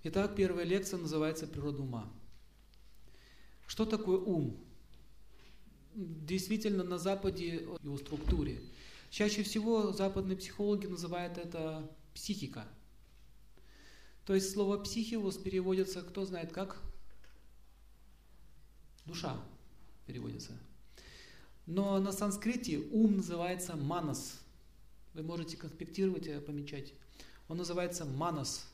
Итак, первая лекция называется «Природа ума». Что такое ум? Действительно, на Западе его структуре. Чаще всего западные психологи называют это психика. То есть слово «психиус» переводится, кто знает как? Душа переводится. Но на санскрите ум называется манас. Вы можете конспектировать, помечать. Он называется манас.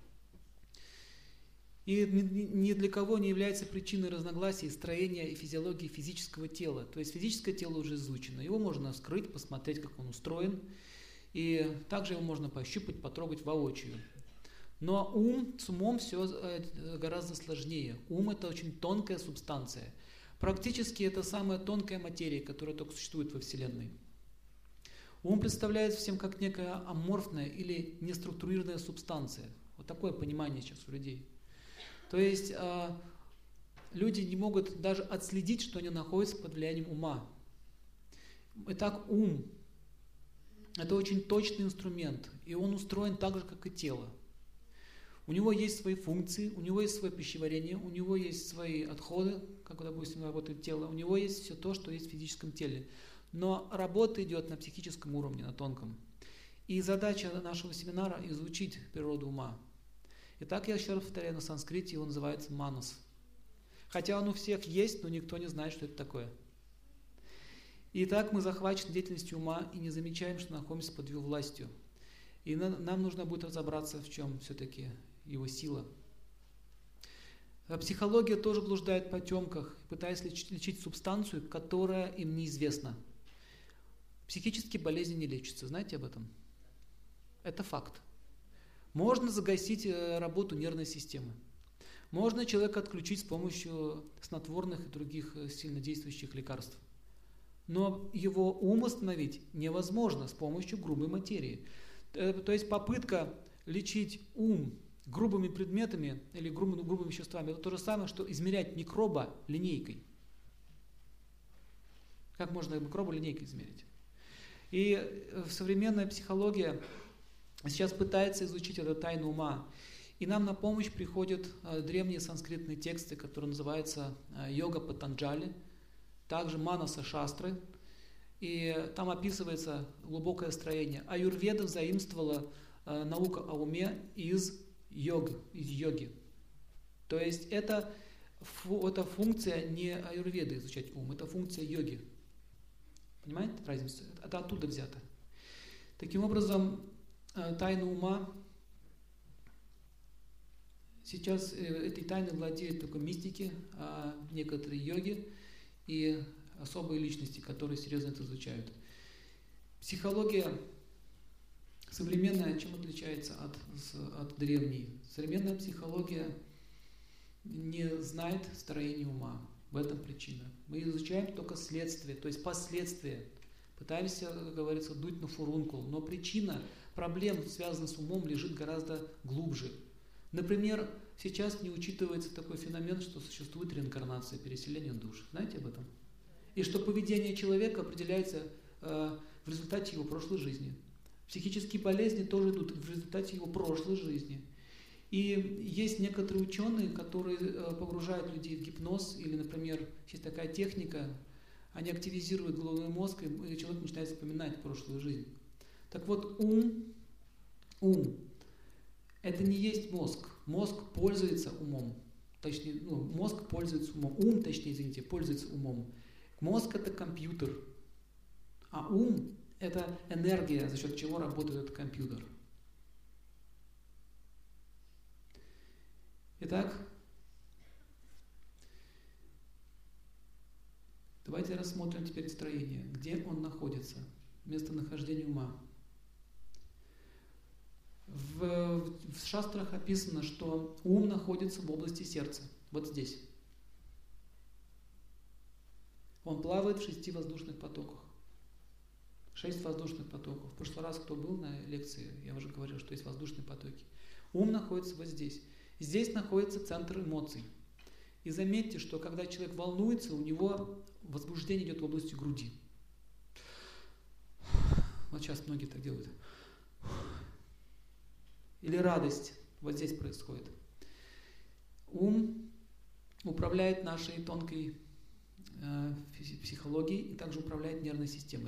И ни для кого не является причиной разногласий строения и физиологии физического тела. То есть физическое тело уже изучено. Его можно вскрыть, посмотреть, как он устроен. И также его можно пощупать, потрогать воочию. Но с умом все гораздо сложнее. Ум – это очень тонкая субстанция. Практически это самая тонкая материя, которая только существует во Вселенной. Ум представляется всем как некая аморфная или неструктурированная субстанция. Вот такое понимание сейчас у людей. То есть люди не могут даже отследить, что они находятся под влиянием ума. Итак, ум – это очень точный инструмент, и он устроен так же, как и тело. У него есть свои функции, у него есть свое пищеварение, у него есть свои отходы, как, допустим, работает тело, у него есть все то, что есть в физическом теле. Но работа идет на психическом уровне, на тонком. И задача нашего семинара – изучить природу ума. Итак, я еще раз повторяю, на санскрите его называется манас. Хотя он у всех есть, но никто не знает, что это такое. Итак, мы захвачены деятельностью ума и не замечаем, что находимся под его властью. И нам нужно будет разобраться, в чем все-таки его сила. Психология тоже блуждает в потемках, пытаясь лечить субстанцию, которая им неизвестна. Психические болезни не лечатся, знаете об этом? Это факт. Можно загасить работу нервной системы. Можно человека отключить с помощью снотворных и других сильнодействующих лекарств. Но его ум остановить невозможно с помощью грубой материи. То есть попытка лечить ум грубыми предметами или грубыми веществами, это то же самое, что измерять микроба линейкой. Как можно микроба линейкой измерить? И современная психология сейчас пытается изучить эту тайну ума. И нам на помощь приходят древние санскритные тексты, которые называются «Йога Патанджали», также «Манаса Шастры». И там описывается глубокое строение. Аюрведа заимствовала науку о уме из йоги. То есть это функция не аюрведы изучать ум, это функция йоги. Понимаете разницу? Это оттуда взято. Таким образом, тайна ума, сейчас этой тайной владеют только мистики, некоторые йоги и особые личности, которые серьезно это изучают. Психология современная чем отличается от древней? Современная психология не знает строения ума. В этом причина. Мы изучаем только следствие, то есть последствия. Пытаемся, как говорится, дуть на фурункул. Но причина проблем, связанных с умом, лежит гораздо глубже. Например, сейчас не учитывается такой феномен, что существует реинкарнация, переселение душ. Знаете об этом? И что поведение человека определяется в результате его прошлой жизни. Психические болезни тоже идут в результате его прошлой жизни. И есть некоторые ученые, которые погружают людей в гипноз, или, например, есть такая техника, они активизируют головной мозг, и человек начинает вспоминать прошлую жизнь. Так вот, ум – это не есть мозг. Мозг пользуется умом. Точнее, мозг пользуется умом. Пользуется умом. Мозг – это компьютер, а ум – это энергия, за счет чего работает этот компьютер. Итак, давайте рассмотрим теперь строение. Где он находится? Местонахождение ума. В шастрах описано, что ум находится в области сердца, вот здесь. Он плавает в 6 воздушных потоках. 6 воздушных потоков. В прошлый раз, кто был на лекции, я уже говорил, что есть воздушные потоки. Ум находится вот здесь. Здесь находится центр эмоций. И заметьте, что когда человек волнуется, у него возбуждение идет в области груди. Вот сейчас многие так делают. Или радость. Вот здесь происходит. Ум управляет нашей тонкой психологией и также управляет нервной системой.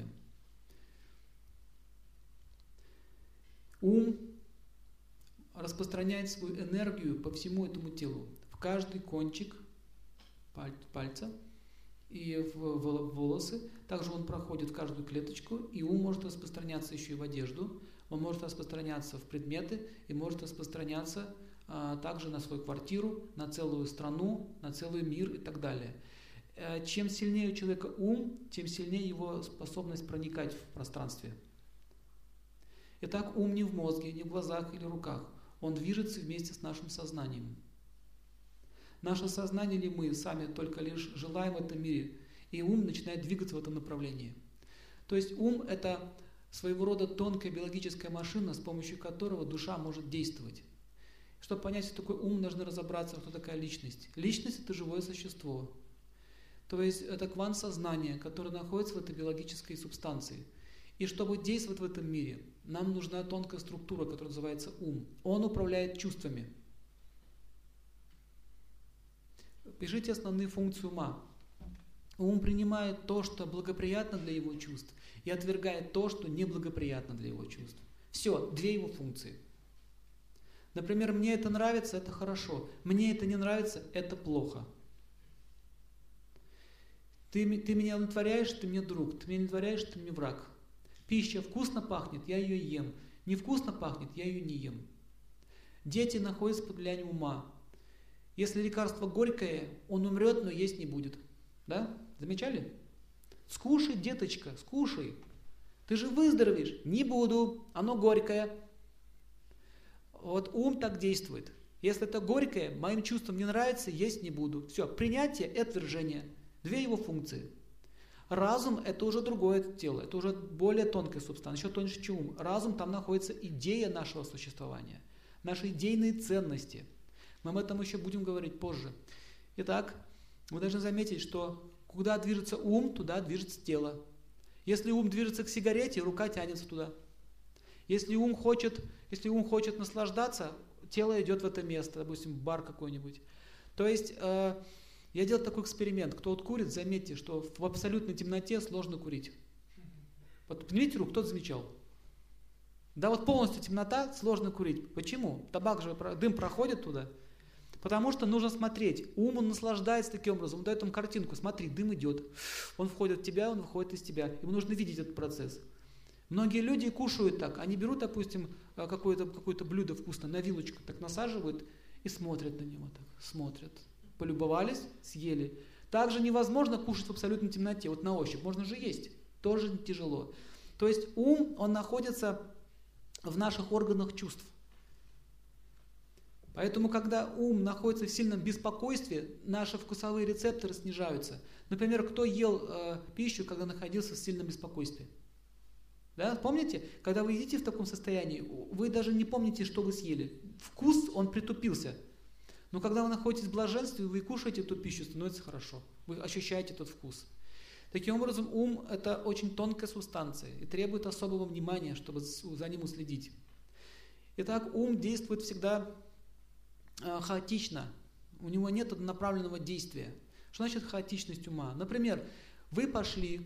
Ум распространяет свою энергию по всему этому телу, в каждый кончик пальца и в волосы. Также он проходит в каждую клеточку, и ум может распространяться еще и в одежду, он может распространяться в предметы и может распространяться также на свою квартиру, на целую страну, на целый мир и так далее. Чем сильнее у человека ум, тем сильнее его способность проникать в пространстве. Итак, ум не в мозге, не в глазах или руках. Он движется вместе с нашим сознанием. Наше сознание или мы сами только лишь желаем в этом мире, и ум начинает двигаться в этом направлении. То есть ум – это своего рода тонкая биологическая машина, с помощью которого душа может действовать. Чтобы понять, что такое ум, нужно разобраться, кто такая личность. Личность – это живое существо. То есть это квант сознания, который находится в этой биологической субстанции. И чтобы действовать в этом мире, нам нужна тонкая структура, которая называется ум. Он управляет чувствами. Пишите основные функции ума. Ум принимает то, что благоприятно для его чувств, и отвергает то, что неблагоприятно для его чувств. Все, две его функции. Например, мне это нравится, это хорошо. Мне это не нравится, это плохо. Ты меня удовлетворяешь, ты мне друг. Ты меня удовлетворяешь, ты мне враг. Пища вкусно пахнет, я ее ем. Невкусно пахнет, я ее не ем. Дети находятся под влиянием ума. Если лекарство горькое, он умрет, но есть не будет. Да? Замечали? Скушай, деточка, скушай. Ты же выздоровеешь. Не буду, оно горькое. Вот ум так действует. Если это горькое, моим чувствам не нравится, есть не буду. Все, принятие и отвержение. Две его функции. Разум – это уже другое тело, это уже более тонкая субстанция, еще тоньше, чем ум. Разум, там находится идея нашего существования, наши идейные ценности. Мы об этом еще будем говорить позже. Итак, мы должны заметить, что куда движется ум, туда движется тело. Если ум движется к сигарете, рука тянется туда. Если ум хочет наслаждаться, тело идет в это место, допустим, бар какой-нибудь. То есть я делал такой эксперимент. Кто вот курит, заметьте, что в абсолютной темноте сложно курить. Вот поднимите руку, кто-то замечал. Да, вот полностью темнота, сложно курить. Почему? Табак же, дым проходит туда. Потому что нужно смотреть. Ум, он наслаждается таким образом. Он дает вам картинку. Смотри, дым идет. Он входит в тебя, он выходит из тебя. Ему нужно видеть этот процесс. Многие люди кушают так. Они берут, допустим, какое-то блюдо вкусное, на вилочку так насаживают и смотрят на него так. Смотрят. Полюбовались, съели. Также невозможно кушать в абсолютной темноте. Вот на ощупь. Можно же есть. Тоже тяжело. То есть ум, он находится в наших органах чувств. Поэтому, когда ум находится в сильном беспокойстве, наши вкусовые рецепторы снижаются. Например, кто ел пищу, когда находился в сильном беспокойстве? Да? Помните? Когда вы едите в таком состоянии, вы даже не помните, что вы съели. Вкус, он притупился. Но когда вы находитесь в блаженстве, вы кушаете эту пищу, становится хорошо. Вы ощущаете этот вкус. Таким образом, ум – это очень тонкая субстанция и требует особого внимания, чтобы за ним уследить. Итак, ум действует всегда хаотично. У него нет однонаправленного действия. Что значит хаотичность ума? Например, вы пошли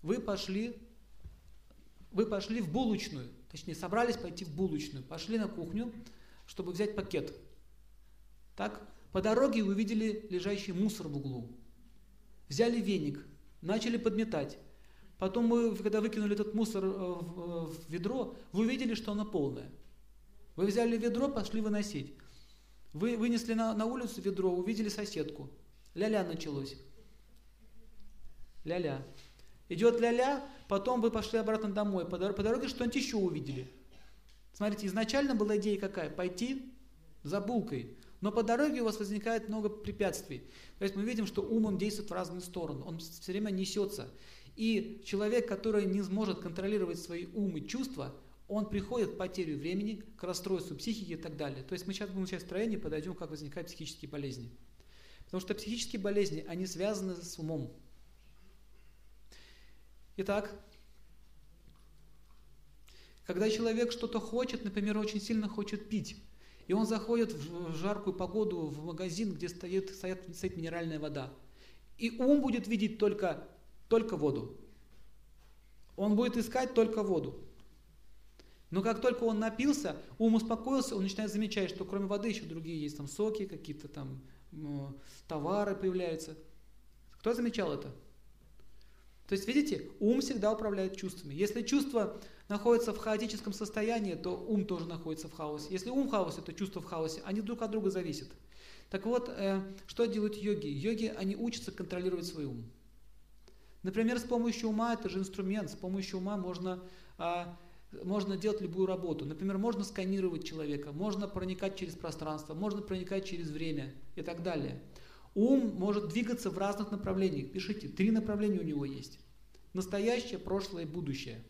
в булочную, точнее, собрались пойти в булочную, пошли на кухню, чтобы взять пакет. Так, по дороге вы увидели лежащий мусор в углу. Взяли веник, начали подметать. Потом когда выкинули этот мусор в ведро, вы увидели, что оно полное. Вы взяли ведро, пошли выносить. Вы вынесли на улицу ведро, увидели соседку. Ля-ля началось. Ля-ля. Идет ля-ля, потом вы пошли обратно домой. По дороге что-нибудь еще увидели. Смотрите, изначально была идея какая? Пойти за булкой. Но по дороге у вас возникает много препятствий. То есть мы видим, что ум он действует в разные стороны. Он все время несется. И человек, который не сможет контролировать свои ум и чувства, он приходит к потере времени, к расстройству психики и так далее. То есть мы сейчас будем начать строение, подойдем, как возникают психические болезни. Потому что психические болезни, они связаны с умом. Итак, когда человек что-то хочет, например, очень сильно хочет пить, И он заходит в жаркую погоду в магазин, где стоит минеральная вода. И ум будет видеть только воду. Он будет искать только воду. Но как только он напился, ум успокоился, он начинает замечать, что кроме воды еще другие есть там соки, какие-то там товары появляются. Кто замечал это? То есть, видите, ум всегда управляет чувствами. Если чувство находится в хаотическом состоянии, то ум тоже находится в хаосе. Если ум в хаосе, то чувство в хаосе. Они друг от друга зависят. Так вот, что делают йоги? Йоги, они учатся контролировать свой ум. Например, с помощью ума, это же инструмент, с помощью ума можно делать любую работу. Например, можно сканировать человека, можно проникать через пространство, можно проникать через время и так далее. Ум может двигаться в разных направлениях. Пишите, 3 направления у него есть. Настоящее, прошлое и будущее.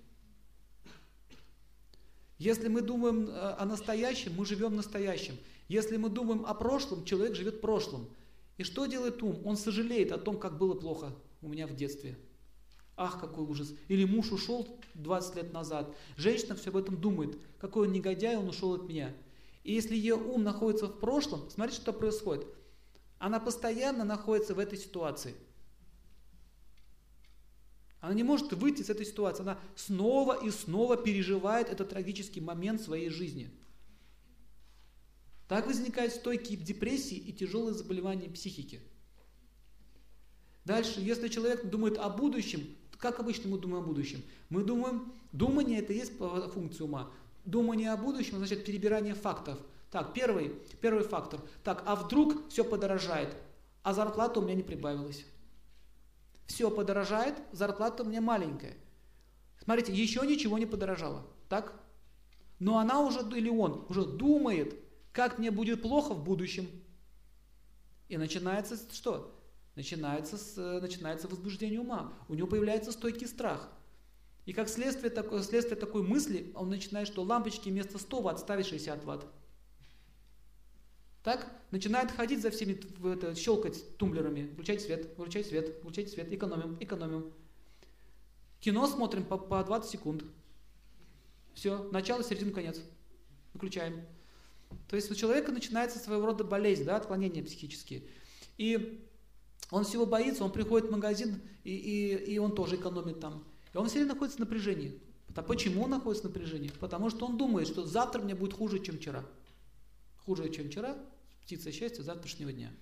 Если мы думаем о настоящем, мы живем в настоящем. Если мы думаем о прошлом, человек живет в прошлом. И что делает ум? Он сожалеет о том, как было плохо у меня в детстве. Ах, какой ужас. Или муж ушел 20 лет назад. Женщина все об этом думает. Какой он негодяй, он ушел от меня. И если ее ум находится в прошлом, смотрите, что происходит. Она постоянно находится в этой ситуации. Она не может выйти из этой ситуации. Она снова и снова переживает этот трагический момент в своей жизни. Так возникают стойкие депрессии и тяжелые заболевания психики. Дальше, если человек думает о будущем, как обычно мы думаем о будущем? Мы думаем, думание это и есть функция ума. Думание о будущем значит перебирание фактов. Так, первый фактор. Так, а вдруг все подорожает, а зарплата у меня не прибавилась. Все подорожает, зарплата у меня маленькая. Смотрите, еще ничего не подорожало, так? Но она уже, или он, уже думает, как мне будет плохо в будущем. И начинается что? Начинается возбуждение ума. У него появляется стойкий страх. И как следствие такой мысли, он начинает, что лампочки вместо 100 Вт ставить 60 Вт. Так, начинает ходить за всеми, щелкать тумблерами. Включайте свет, включайте свет, включайте свет, экономим. Кино смотрим по 20 секунд. Все, начало, середину, конец. Выключаем. То есть у человека начинается своего рода болезнь, да, отклонения психические. И он всего боится, он приходит в магазин, и он тоже экономит там. И он все время находится в напряжении. А почему он находится в напряжении? Потому что он думает, что завтра мне будет хуже, чем вчера. Хуже, чем вчера, птица счастья завтрашнего дня.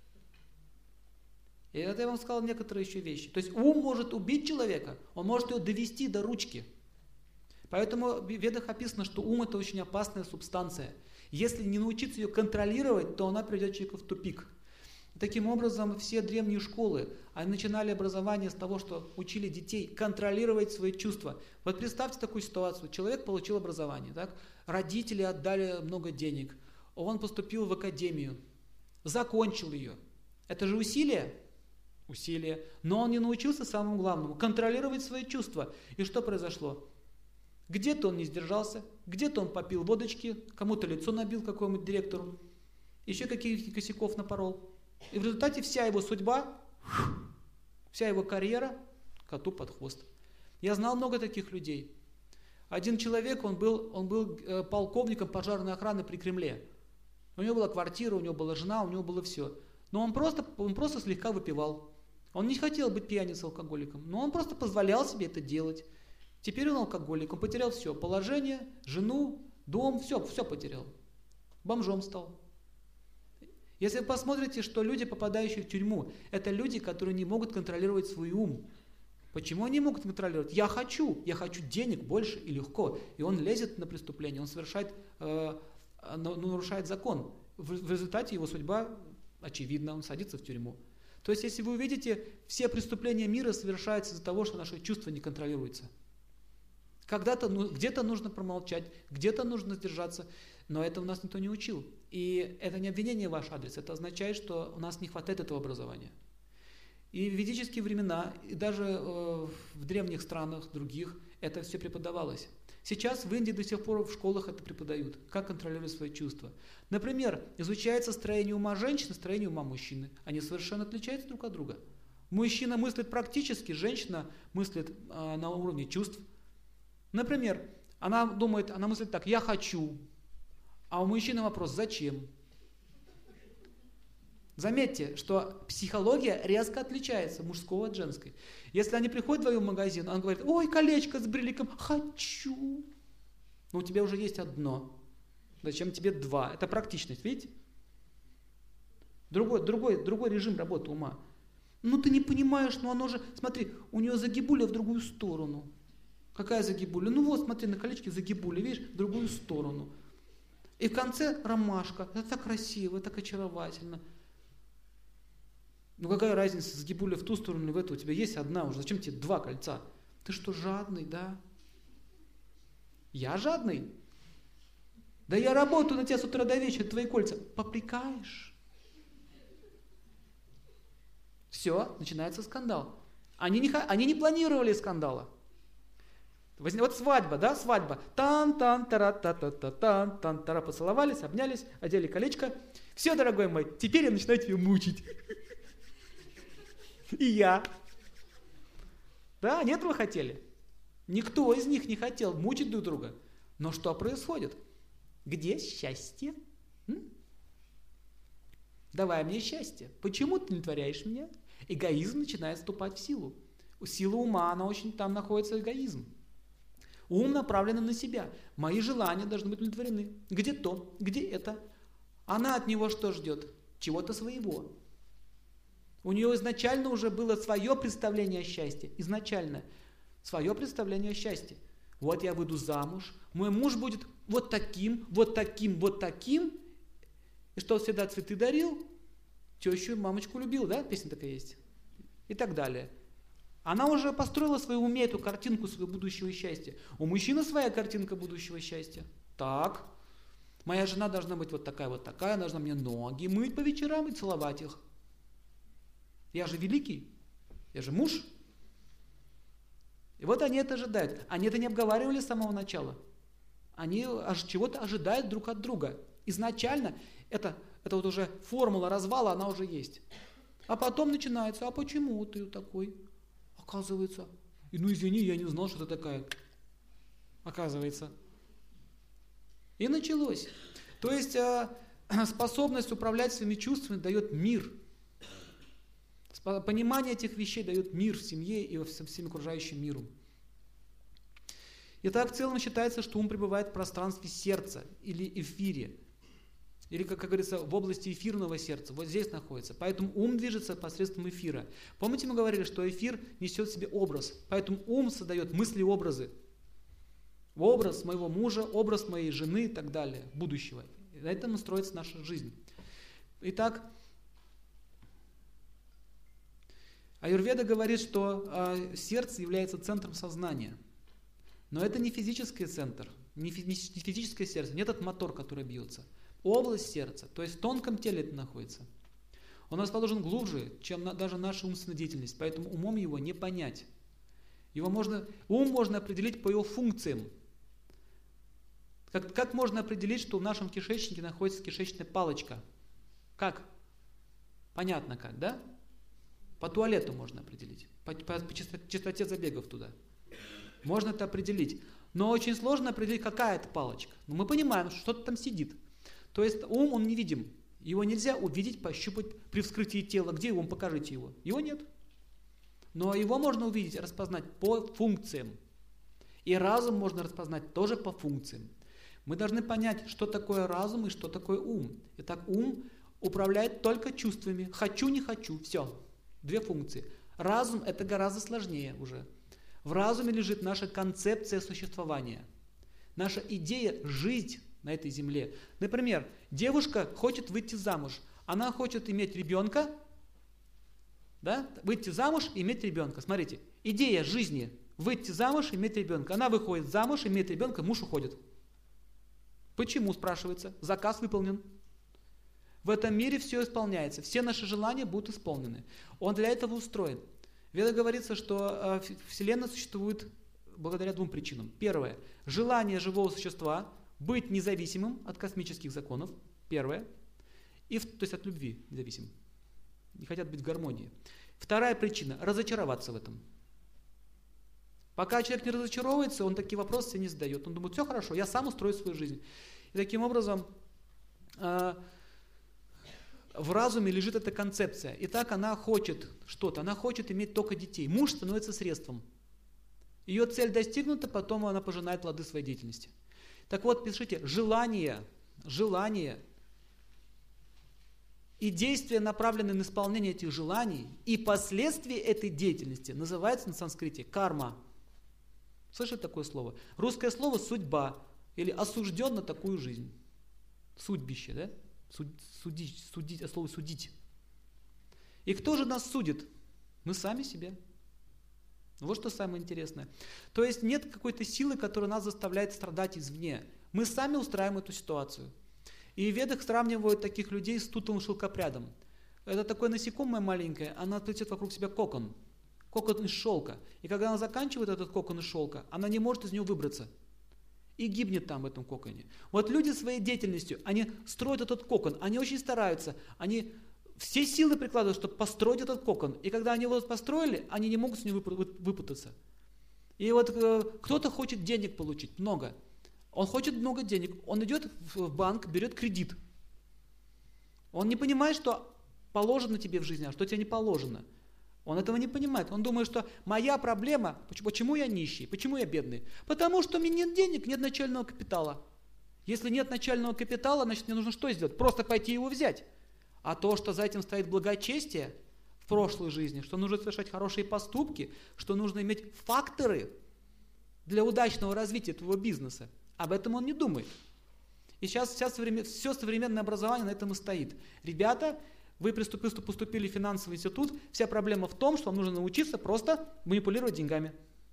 И это я вам сказал некоторые еще вещи. То есть ум может убить человека, он может его довести до ручки. Поэтому в Ведах описано, что ум это очень опасная субстанция. Если не научиться ее контролировать, то она приведет человека в тупик. Таким образом, все древние школы, они начинали образование с того, что учили детей контролировать свои чувства. Вот представьте такую ситуацию. Человек получил образование, так? Родители отдали много денег, он поступил в академию, закончил ее. Это же усилие? Усилие. Но он не научился самому главному – контролировать свои чувства. И что произошло? Где-то он не сдержался, где-то он попил водочки, кому-то лицо набил, какому-нибудь директору, еще каких-то косяков напорол. И в результате вся его судьба, вся его карьера коту под хвост. Я знал много таких людей. Один человек, он был полковником пожарной охраны при Кремле. У него была квартира, у него была жена, у него было все. Но он просто слегка выпивал. Он не хотел быть пьяницей, алкоголиком, но он просто позволял себе это делать. Теперь он алкоголик, он потерял все. Положение, жену, дом, все потерял. Бомжом стал. Если вы посмотрите, что люди, попадающие в тюрьму, это люди, которые не могут контролировать свой ум. Почему они не могут контролировать? Я хочу денег больше и легко. И он лезет на преступление, он нарушает закон. В результате его судьба очевидна, он садится в тюрьму. То есть, если вы увидите, все преступления мира совершаются из-за того, что наши чувства не контролируются. Где-то нужно промолчать, где-то нужно сдержаться, но это у нас никто не учил. И это не обвинение в ваш адрес, это означает, что у нас не хватает этого образования. И в ведические времена, и даже в древних странах других, это все преподавалось. Сейчас в Индии до сих пор в школах это преподают, как контролировать свои чувства. Например, изучается строение ума женщины, строение ума мужчины. Они совершенно отличаются друг от друга. Мужчина мыслит практически, женщина мыслит на уровне чувств. Например, она мыслит так: я хочу. А у мужчины вопрос, зачем? Заметьте, что психология резко отличается мужского от женской. Если они приходят вдвоем в магазин, он говорит, ой, колечко с бреликом, хочу. Но у тебя уже есть одно. Зачем тебе два? Это практичность, видите? Другой режим работы ума. Ну ты не понимаешь, ну оно же, смотри, у нее загибуля в другую сторону. Какая загибуля? Ну вот, смотри, на колечке загибуля, видишь, в другую сторону. И в конце ромашка. Это так красиво, так очаровательно. Ну какая разница, загибуля в ту сторону или в эту? У тебя есть одна уже. Зачем тебе два кольца? Ты что, жадный, да? Я жадный? Да я работаю на тебя с утра до вечера, твои кольца. Попрекаешь? Все, начинается скандал. Они не планировали скандала. Вот свадьба, да, свадьба. Тан-тан-тара-та-та-та-тан-тан-тара. Поцеловались, обнялись, одели колечко. Все, дорогой мой, теперь я начинаю тебя мучить. И я. Да, нет, вы хотели? Никто из них не хотел мучить друг друга. Но что происходит? Где счастье? Давай мне счастье. Почему ты не творяешь меня? Эгоизм начинает вступать в силу. Сила ума, она очень там находится, эгоизм. Ум направлен на себя. Мои желания должны быть удовлетворены. Где то, где это? Она от него что ждет? Чего-то своего. У нее изначально уже было свое представление о счастье. Изначально. Свое представление о счастье. Вот я выйду замуж, мой муж будет вот таким, вот таким, вот таким. И что, всегда цветы дарил? Тещу и мамочку любил, да? Песня такая есть. И так далее. Она уже построила в своем уме эту картинку своего будущего счастья. У мужчины своя картинка будущего счастья. Так, моя жена должна быть вот такая, она должна мне ноги мыть по вечерам и целовать их. Я же великий, я же муж. И вот они это ожидают. Они это не обговаривали с самого начала. Они чего-то ожидают друг от друга. Изначально это вот уже формула развала, она уже есть. А потом начинается, а почему ты такой? Оказывается. И ну извини, я не знал, что ты такая. Оказывается. И началось. То есть способность управлять своими чувствами дает мир. Понимание этих вещей дает мир в семье и во всем окружающем миру. Итак, в целом считается, что ум пребывает в пространстве сердца или эфире. Или, как говорится, в области эфирного сердца. Вот здесь находится. Поэтому ум движется посредством эфира. Помните, мы говорили, что эфир несет в себе образ. Поэтому ум создает мысли-образы. Образ моего мужа, образ моей жены и так далее, будущего. И на этом строится наша жизнь. Итак, Аюрведа говорит, что сердце является центром сознания. Но это не физический центр, не физическое сердце, не этот мотор, который бьется. Область сердца, то есть в тонком теле это находится. Он расположен глубже, чем даже наша умственная деятельность, поэтому умом его не понять. Ум можно определить по его функциям. Как можно определить, что в нашем кишечнике находится кишечная палочка? Как? Понятно как, да? По туалету можно определить, по частоте забегов туда. Можно это определить. Но очень сложно определить, какая это палочка. Но мы понимаем, что что-то там сидит. То есть ум, он невидим. Его нельзя увидеть, пощупать при вскрытии тела. Где ум? Покажите его. Его нет. Но его можно увидеть, распознать по функциям. И разум можно распознать тоже по функциям. Мы должны понять, что такое разум и что такое ум. Итак, ум управляет только чувствами. Хочу, не хочу. Все. Две функции. Разум – это гораздо сложнее уже. В разуме лежит наша концепция существования. Наша идея жить на этой земле. Например, девушка хочет выйти замуж. Она хочет иметь ребенка. Да? Выйти замуж и иметь ребенка. Смотрите, идея жизни – выйти замуж и иметь ребенка. Она выходит замуж, имеет ребенка, муж уходит. Почему, спрашивается? Заказ выполнен. В этом мире все исполняется. Все наши желания будут исполнены. Он для этого устроен. В Ведах говорится, что Вселенная существует благодаря двум причинам. Первое. Желание живого существа быть независимым от космических законов. Первое. То есть от любви независимым. Не хотят быть в гармонии. Вторая причина. Разочароваться в этом. Пока человек не разочаровывается, он такие вопросы себе не задает. Он думает, все хорошо, я сам устрою свою жизнь. И таким образом в разуме лежит эта концепция. Итак, она хочет что-то, она хочет иметь только детей. Муж становится средством. Ее цель достигнута, потом она пожинает плоды своей деятельности. Так вот, пишите, желание и действия, направленные на исполнение этих желаний, и последствия этой деятельности называются на санскрите карма. Слышите такое слово? Русское слово судьба или осужден на такую жизнь. Судьбище, да? Судить, от слова судить. И кто же нас судит? Мы сами себя. Вот что самое интересное. То есть нет какой-то силы, которая нас заставляет страдать извне. Мы сами устраиваем эту ситуацию. И в Ведах сравнивают таких людей с тутовым шелкопрядом. Это такое насекомое маленькое, она плетет вокруг себя кокон. Кокон из шелка. И когда она заканчивает этот кокон из шелка, она не может из него выбраться. И гибнет там в этом коконе. Вот люди своей деятельностью, они строят этот кокон, они очень стараются, они все силы прикладывают, чтобы построить этот кокон. И когда они его построили, они не могут с него выпутаться. И вот кто-то хочет денег получить, много. Он хочет много денег, он идет в банк, берет кредит. Он не понимает, что положено тебе в жизни, а что тебе не положено. Он этого не понимает. Он думает, что моя проблема, почему я нищий, почему я бедный? Потому что у меня нет денег, нет начального капитала. Если нет начального капитала, значит мне нужно что сделать? Просто пойти его взять. А то, что за этим стоит благочестие в прошлой жизни, что нужно совершать хорошие поступки, что нужно иметь факторы для удачного развития твоего бизнеса, об этом он не думает. И сейчас все современное образование на этом и стоит. Ребята, вы поступили в финансовый институт, вся проблема в том, что вам нужно научиться просто манипулировать деньгами.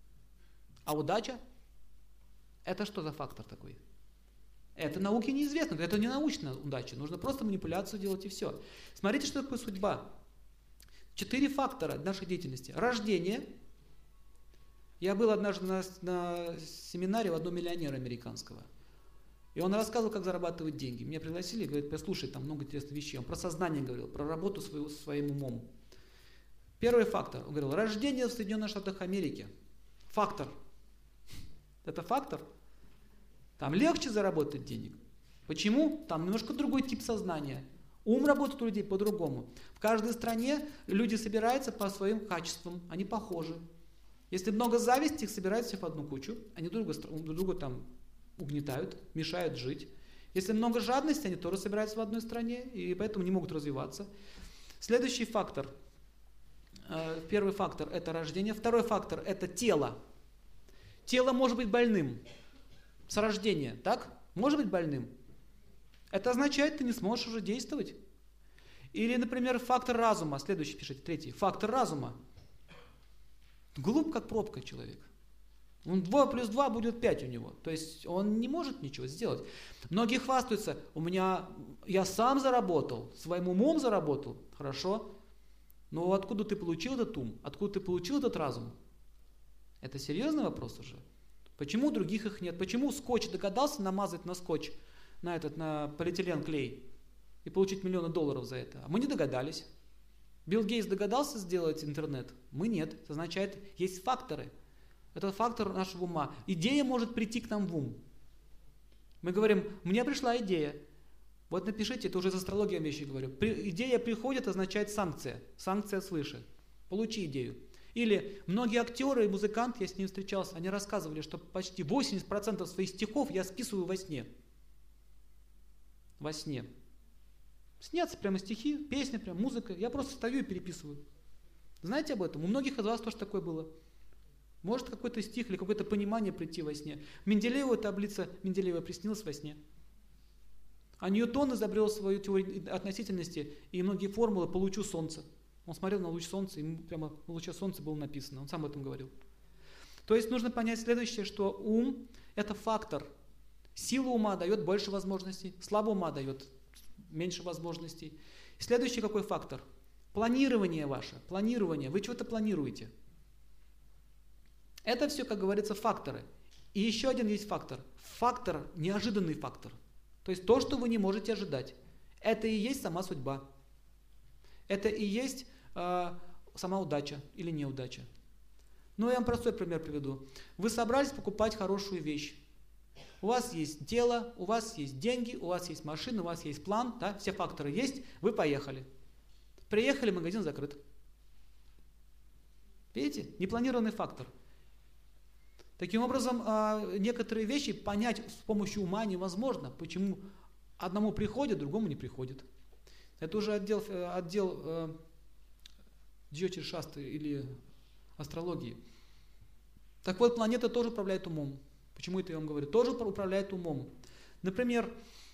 А удача? Это что за фактор такой? Это науке неизвестно, это не научная удача, нужно просто манипуляцию делать и все. Смотрите, что такое судьба. 4 фактора нашей деятельности. Рождение. Я был однажды на семинаре у одного миллионера американского. И он рассказывал, как зарабатывать деньги. Меня пригласили, говорит, послушай, там много интересных вещей. Он про сознание говорил, про работу своим умом. Первый фактор. Он говорил, рождение в Соединенных Штатах Америки. Фактор. Это фактор. Там легче заработать денег. Почему? Там немножко другой тип сознания. Ум работает у людей по-другому. В каждой стране люди собираются по своим качествам. Они похожи. Если много зависти, их собираются в одну кучу. Они друг друга там угнетают, мешают жить. Если много жадности, они тоже собираются в одной стране, и поэтому не могут развиваться. Следующий фактор. Первый фактор – это рождение. Второй фактор – это тело. Тело может быть больным с рождения, так? Может быть больным. Это означает, ты не сможешь уже действовать. Или, например, фактор разума. Следующий пишите, третий. Фактор разума. Глуп, как пробка человек. 2 плюс 2 будет 5 у него. То есть он не может ничего сделать. Многие хвастаются, я сам заработал, своим умом заработал. Хорошо. Но откуда ты получил этот ум? Откуда ты получил этот разум? Это серьезный вопрос уже. Почему других их нет? Почему скотч догадался намазать на скотч, на полиэтилен клей и получить миллионы долларов за это? А мы не догадались. Билл Гейтс догадался сделать интернет? Мы нет. Это означает, есть факторы. Это фактор нашего ума. Идея может прийти к нам в ум. Мы говорим, мне пришла идея. Вот напишите, это уже из астрологии я вещи говорю. Идея приходит, означает санкция. Санкция свыше. Получи идею. Или многие актеры и музыканты, я с ними встречался, они рассказывали, что почти 80% своих стихов я списываю во сне. Во сне. Снятся прямо стихи, песни, прям музыка. Я просто стою и переписываю. Знаете об этом? У многих из вас тоже такое было. Может какой-то стих или какое-то понимание прийти во сне. Менделеева таблица Менделеева приснилась во сне. А Ньютон изобрел свою теорию относительности и многие формулы по лучу солнца. Он смотрел на луч солнца, ему прямо на луче солнца было написано. Он сам об этом говорил. То есть нужно понять следующее, что ум – это фактор. Сила ума дает больше возможностей, слабого ума дает меньше возможностей. Следующий какой фактор? Планирование ваше. Планирование. Вы чего-то планируете. Это все, как говорится, факторы. И еще один есть фактор. Фактор, неожиданный фактор. То есть то, что вы не можете ожидать. Это и есть сама судьба. Это и есть сама удача или неудача. Ну, я вам простой пример приведу. Вы собрались покупать хорошую вещь. У вас есть тело, у вас есть деньги, у вас есть машина, у вас есть план, да, все факторы есть, вы поехали. Приехали, магазин закрыт. Видите? Непланированный фактор. Таким образом, некоторые вещи понять с помощью ума невозможно. Почему одному приходит, другому не приходит. Это уже отдел Джьотиш-шастры или астрологии. Так вот, планета тоже управляет умом. Почему это я вам говорю? Тоже управляет умом. Например,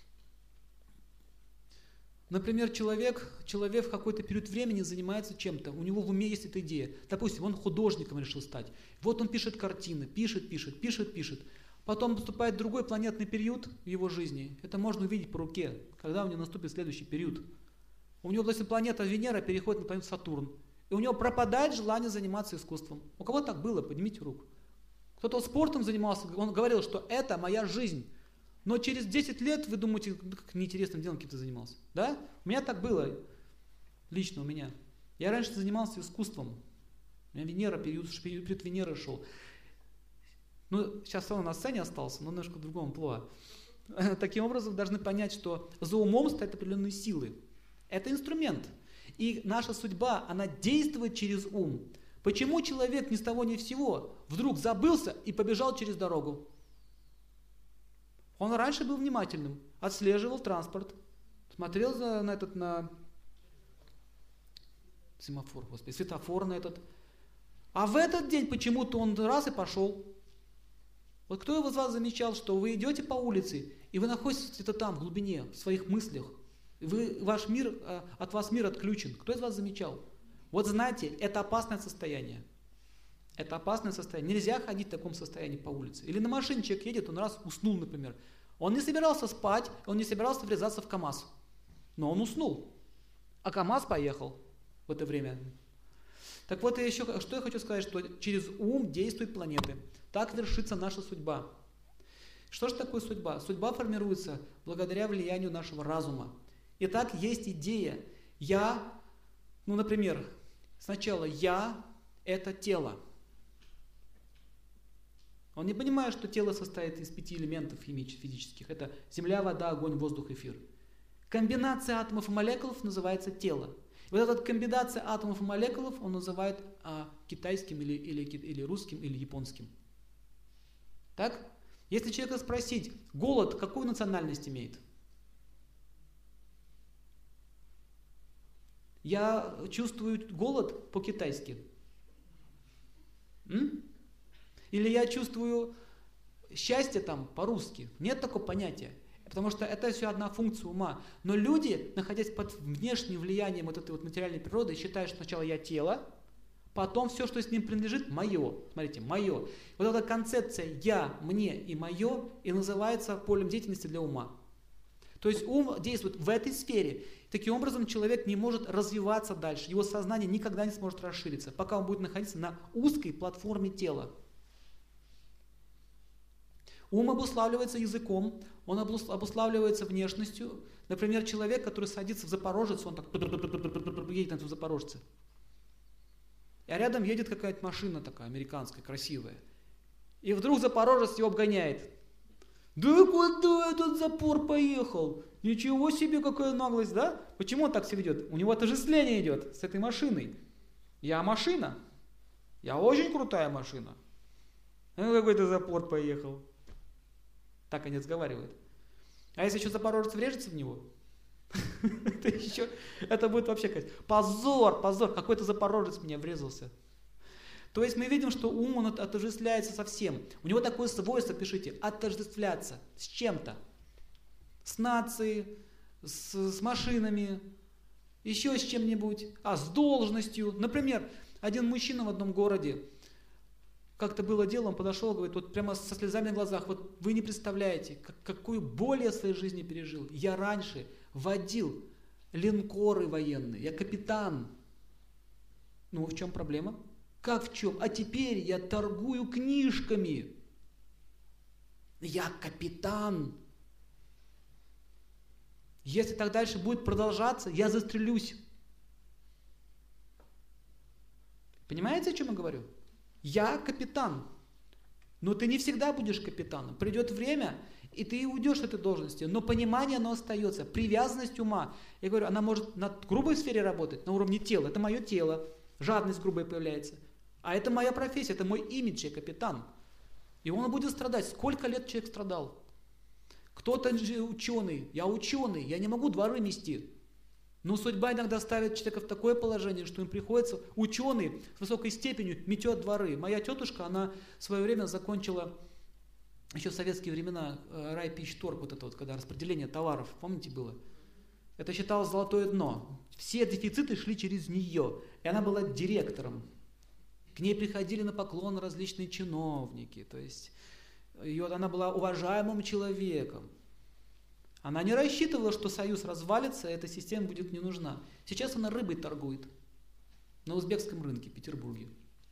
человек в какой-то период времени занимается чем-то, у него в уме есть эта идея. Допустим, он художником решил стать. Вот он пишет картины, пишет. Потом наступает другой планетный период в его жизни. Это можно увидеть по руке, когда у него наступит следующий период. У него, допустим, планета Венера переходит на планету Сатурн. И у него пропадает желание заниматься искусством. У кого так было? Поднимите руку. Кто-то спортом занимался, он говорил, что это моя жизнь. Но через 10 лет вы думаете, как неинтересным делом каким-то занимался. Да? У меня так было. Лично у меня. Я раньше занимался искусством. У меня Венера, период Венеры шел. Ну, сейчас он на сцене остался, но немножко в другом амплуа. Таким образом, должны понять, что за умом стоят определенные силы. Это инструмент. И наша судьба, она действует через ум. Почему человек ни с того ни с сего вдруг забылся и побежал через дорогу? Он раньше был внимательным, отслеживал транспорт, смотрел на семафор, господи, светофор на этот. А в этот день почему-то он раз и пошел. Вот кто из вас замечал, что вы идете по улице, и вы находитесь где-то там, в глубине, в своих мыслях, от вас мир отключен. Кто из вас замечал? Вот знаете, это опасное состояние. Это опасное состояние. Нельзя ходить в таком состоянии по улице. Или на машине человек едет, он раз уснул, например. Он не собирался спать, он не собирался врезаться в КамАЗ. Но он уснул. А КамАЗ поехал в это время. Так вот, что я хочу сказать, что через ум действуют планеты. Так вершится наша судьба. Что же такое судьба? Судьба формируется благодаря влиянию нашего разума. Итак, есть идея. Например, сначала я – это тело. Он не понимает, что тело состоит из 5 элементов физических. Это земля, вода, огонь, воздух, эфир. Комбинация атомов и молекул называется тело. Вот эта комбинация атомов и молекул он называет китайским или русским или японским. Так? Если человека спросить, голод какую национальность имеет? Я чувствую голод по-китайски. Или я чувствую счастье там по-русски. Нет такого понятия. Потому что это все одна функция ума. Но люди, находясь под внешним влиянием вот этой вот материальной природы, считают, что сначала я тело, потом все, что с ним принадлежит, мое. Смотрите, мое. Вот эта концепция «я», «мне» и «мое» и называется полем деятельности для ума. То есть ум действует в этой сфере. Таким образом, человек не может развиваться дальше. Его сознание никогда не сможет расшириться, пока он будет находиться на узкой платформе тела. Ум обуславливается языком, он обуславливается внешностью. Например, человек, который садится в Запорожец, он так едет на этом Запорожце. А рядом едет какая-то машина такая американская, красивая. И вдруг Запорожец его обгоняет. Да куда этот запор поехал? Ничего себе, какая наглость, да? Почему он так себя ведет? У него отождествление идет с этой машиной. Я машина. Я очень крутая машина. Ну какой-то запор поехал. Так они разговаривают. А если еще Запорожец врежется в него, это будет вообще позор, какой-то Запорожец в меня врезался. То есть мы видим, что ум, он отождествляется со всем. У него такое свойство, пишите, отождествляться с чем-то. С нацией, с машинами, еще с чем-нибудь, с должностью. Например, один мужчина в одном городе, как-то было дело, он подошел, говорит, вот прямо со слезами на глазах, вот вы не представляете, какую боль я в своей жизни пережил. Я раньше водил линкоры военные, я капитан. Ну, в чем проблема? Как в чем? А теперь я торгую книжками. Я капитан. Если так дальше будет продолжаться, я застрелюсь. Понимаете, о чем я говорю? Я капитан. Но ты не всегда будешь капитаном. Придет время, и ты уйдешь от этой должности. Но понимание, оно остается. Привязанность ума. Я говорю, она может на грубой сфере работать, на уровне тела. Это мое тело. Жадность грубая появляется. А это моя профессия, это мой имидж, я капитан. И он будет страдать. Сколько лет человек страдал? Кто-то же ученый. Я ученый, я не могу дворы мести. Но судьба иногда ставит человека в такое положение, что им приходится, ученый с высокой степенью метет дворы. Моя тетушка, она в свое время закончила, еще в советские времена, райпичторг, вот это вот, когда распределение товаров, помните, было? Это считалось золотое дно. Все дефициты шли через нее. И она была директором. К ней приходили на поклон различные чиновники. То есть она была уважаемым человеком. Она не рассчитывала, что союз развалится, и эта система будет не нужна. Сейчас она рыбой торгует на узбекском рынке в Петербурге.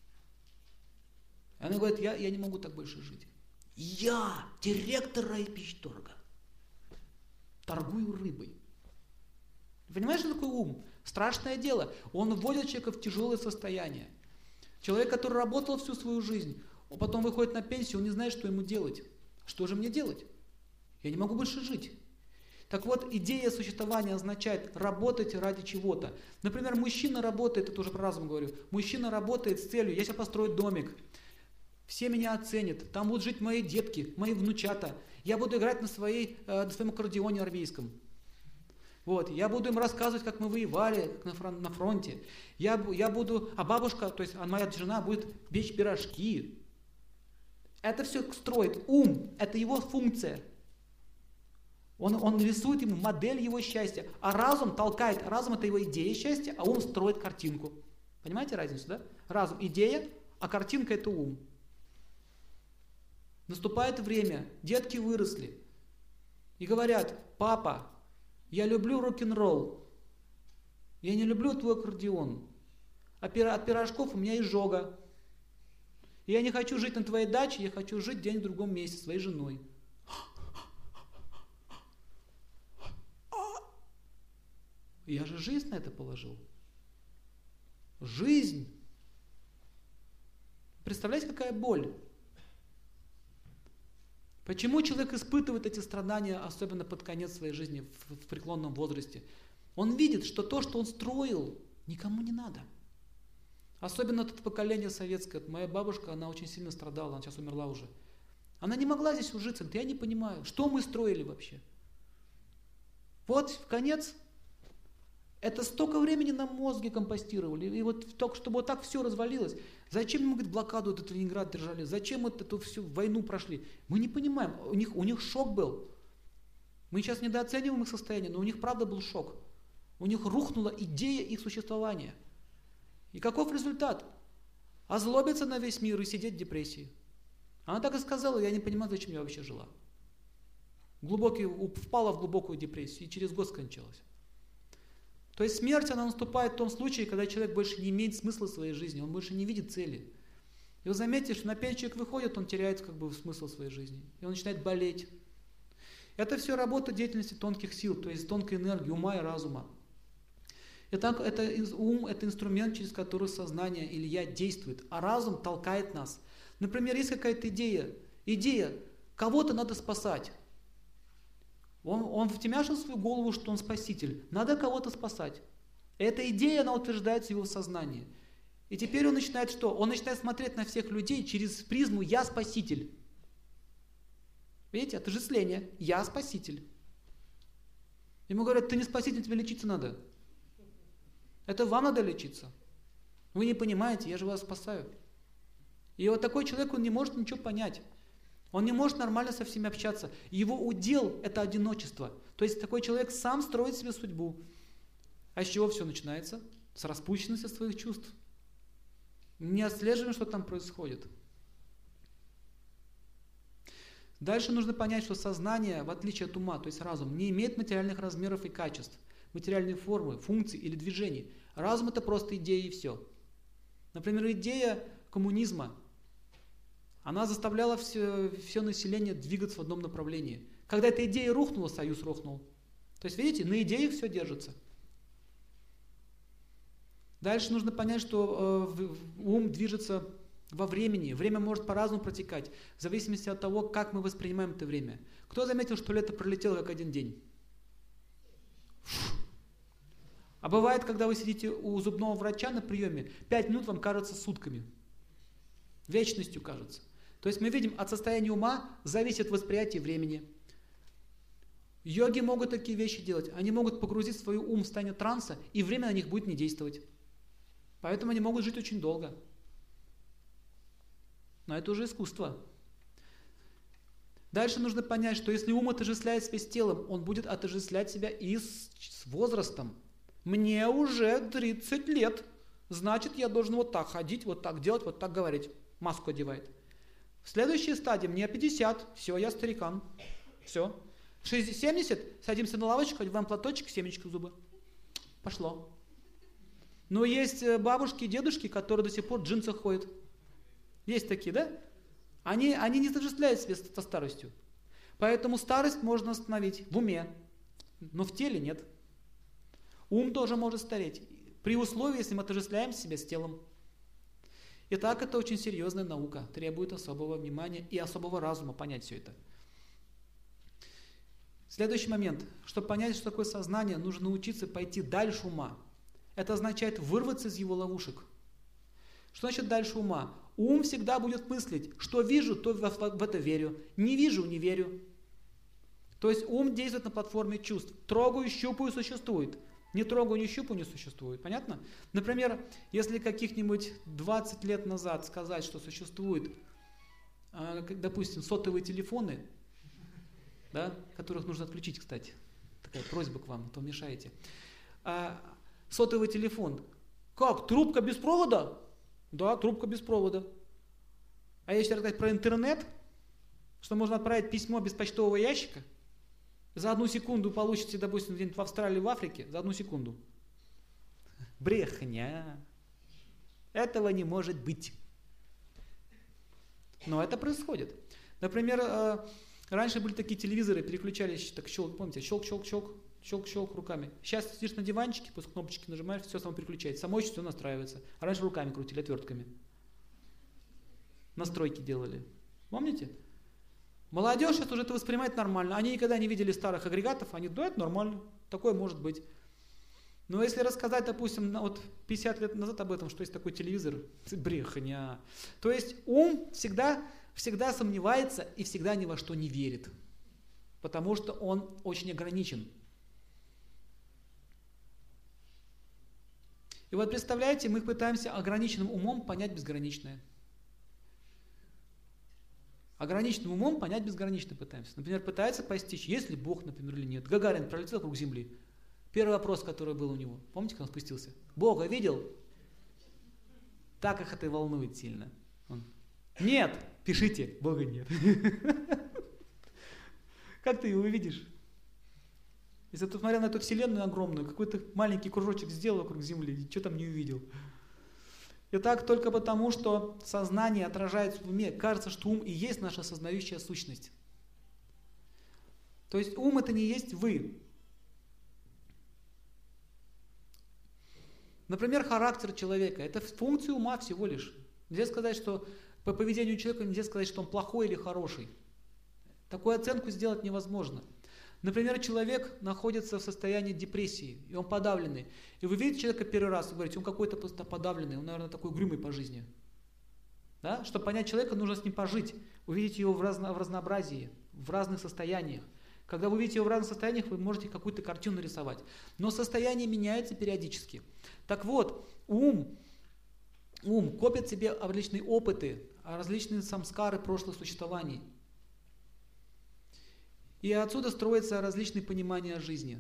И она говорит, я не могу так больше жить. Я директор райпичторга. Торгую рыбой. Понимаешь, что такое ум? Страшное дело. Он вводит человека в тяжелое состояние. Человек, который работал всю свою жизнь, он потом выходит на пенсию, он не знает, что ему делать. Что же мне делать? Я не могу больше жить. Так вот, идея существования означает работать ради чего-то. Например, мужчина работает, это уже про разум говорю, мужчина работает с целью, я себе построю домик, все меня оценят, там будут жить мои детки, мои внучата, я буду играть на своем аккордеоне армейском. Вот, я буду им рассказывать, как мы воевали на фронте. Я буду, а бабушка, то есть моя жена будет печь пирожки. Это все строит ум, это его функция. Он рисует ему модель его счастья, а разум толкает, разум это его идея счастья, а ум строит картинку. Понимаете разницу, да? Разум идея, а картинка это ум. Наступает время, детки выросли и говорят, папа, я люблю рок-н-ролл, я не люблю твой аккордеон, от пирожков у меня изжога. Я не хочу жить на твоей даче, я хочу жить где-нибудь в другом месте, своей женой. Я же жизнь на это положил. Жизнь. Представляете, какая боль? Почему человек испытывает эти страдания, особенно под конец своей жизни, в преклонном возрасте? Он видит, что то, что он строил, никому не надо. Особенно это поколение советское. Моя бабушка, она очень сильно страдала, она сейчас умерла уже. Она не могла здесь ужиться. Я не понимаю, что мы строили вообще? Вот в конец. Это столько времени на мозге компостировали. И вот только чтобы вот так все развалилось. Зачем мы, говорит, блокаду этот Ленинград держали? Зачем вот эту всю войну прошли? Мы не понимаем. У них шок был. Мы сейчас недооцениваем их состояние, но у них правда был шок. У них рухнула идея их существования. И каков результат? Озлобиться на весь мир и сидеть в депрессии. Она так и сказала, я не понимаю, зачем я вообще жила. Впала в глубокую депрессию и через год скончалась. То есть смерть, она наступает в том случае, когда человек больше не имеет смысла в своей жизни, он больше не видит цели. И вы заметите, что на пенсию человек выходит, он теряет смысл своей жизни. И он начинает болеть. Это все работа деятельности тонких сил, то есть тонкой энергии, ума и разума. Ум – это инструмент, через который сознание или я действует, а разум толкает нас. Например, есть какая-то идея, кого-то надо спасать. Он втемяшил в свою голову, что он спаситель. Надо кого-то спасать. Эта идея, она утверждается в его сознании. И теперь он начинает что? Он начинает смотреть на всех людей через призму «я спаситель». Видите, отождествление. «Я спаситель». Ему говорят, ты не спаситель, тебе лечиться надо. Это вам надо лечиться. Вы не понимаете, я же вас спасаю. И вот такой человек, он не может ничего понять. Он не может нормально со всеми общаться. Его удел – это одиночество. То есть такой человек сам строит себе судьбу. А с чего все начинается? С распущенности своих чувств. Не отслеживаем, что там происходит. Дальше нужно понять, что сознание, в отличие от ума, то есть разум, не имеет материальных размеров и качеств, материальной формы, функций или движений. Разум – это просто идея и все. Например, идея коммунизма. Она заставляла все население двигаться в одном направлении. Когда эта идея рухнула, союз рухнул. То есть, видите, на идеях все держится. Дальше нужно понять, что ум движется во времени. Время может по-разному протекать, в зависимости от того, как мы воспринимаем это время. Кто заметил, что лето пролетело как один день? А бывает, когда вы сидите у зубного врача на приеме, 5 минут вам кажется сутками. Вечностью кажется. То есть мы видим, от состояния ума зависит восприятие времени. Йоги могут такие вещи делать. Они могут погрузить свой ум в состояние транса, и время на них будет не действовать. Поэтому они могут жить очень долго. Но это уже искусство. Дальше нужно понять, что если ум отождествляет себя с телом, он будет отождествлять себя и с возрастом. Мне уже 30 лет, значит, я должен вот так ходить, вот так делать, вот так говорить. Маску одевает. В следующей стадии мне 50, все, я старикан. Все. 70, садимся на лавочку, одеваем платочек, семечко в зубы. Пошло. Но есть бабушки и дедушки, которые до сих пор в джинсах ходят. Есть такие, да? Они не отождествляют себя со старостью. Поэтому старость можно остановить в уме, но в теле нет. Ум тоже может стареть, при условии, если мы отождествляем себя с телом. Итак, это очень серьезная наука, требует особого внимания и особого разума понять все это. Следующий момент. Чтобы понять, что такое сознание, нужно научиться пойти дальше ума. Это означает вырваться из его ловушек. Что значит дальше ума? Ум всегда будет мыслить, что вижу, то в это верю, не вижу, не верю. То есть ум действует на платформе чувств. Трогаю, щупаю, существует. Не трогаю, не щупаю, не существует. Понятно? Например, если каких-нибудь 20 лет назад сказать, что существует, допустим, сотовые телефоны, да, которых нужно отключить, кстати. Такая просьба к вам, а то мешаете. Сотовый телефон. Как? Трубка без провода? Да, трубка без провода. А если рассказать про интернет, что можно отправить письмо без почтового ящика, за 1 секунду получите, допустим, где-нибудь в Австралии, в Африке, за 1 секунду. Брехня. Этого не может быть. Но это происходит. Например, раньше были такие телевизоры, переключались, так щелк, помните, щелк-щелк-щелк, щелк-щелк руками. Сейчас сидишь на диванчике, после кнопочки нажимаешь, все само переключается. Само все настраивается. А раньше руками крутили, отвертками. Настройки делали. Помните? Молодежь сейчас уже это воспринимает нормально. Они никогда не видели старых агрегатов, они, да, это нормально, такое может быть. Но если рассказать, допустим, вот 50 лет назад об этом, что есть такой телевизор, брехня. То есть ум всегда сомневается и всегда ни во что не верит. Потому что он очень ограничен. И вот представляете, мы пытаемся ограниченным умом понять безграничное. Ограниченным умом понять безграничное пытаемся. Например, пытается постичь, есть ли Бог, например, или нет. Гагарин пролетел вокруг Земли. Первый вопрос, который был у него. Помните, как он спустился? Бога видел? Так их это и волнует сильно. Он: нет, пишите, Бога нет. Как ты его видишь? Если ты смотрел на эту вселенную огромную, какой-то маленький кружочек сделал вокруг Земли, что там не увидел. И так только потому, что сознание отражается в уме. Кажется, что ум и есть наша осознающая сущность. То есть ум — это не есть вы. Например, характер человека — это функция ума всего лишь. Нельзя сказать, что по поведению человека нельзя сказать, что он плохой или хороший. Такую оценку сделать невозможно. Например, человек находится в состоянии депрессии, и он подавленный. И вы видите человека первый раз, и говорите, он какой-то просто подавленный, он, наверное, такой угрюмый по жизни. Да? Чтобы понять человека, нужно с ним пожить, увидеть его в разнообразии, в разных состояниях. Когда вы видите его в разных состояниях, вы можете какую-то картину нарисовать. Но состояние меняется периодически. Так вот, ум копит в себе различные опыты, различные самскары прошлых существований. И отсюда строятся различные понимания о жизни.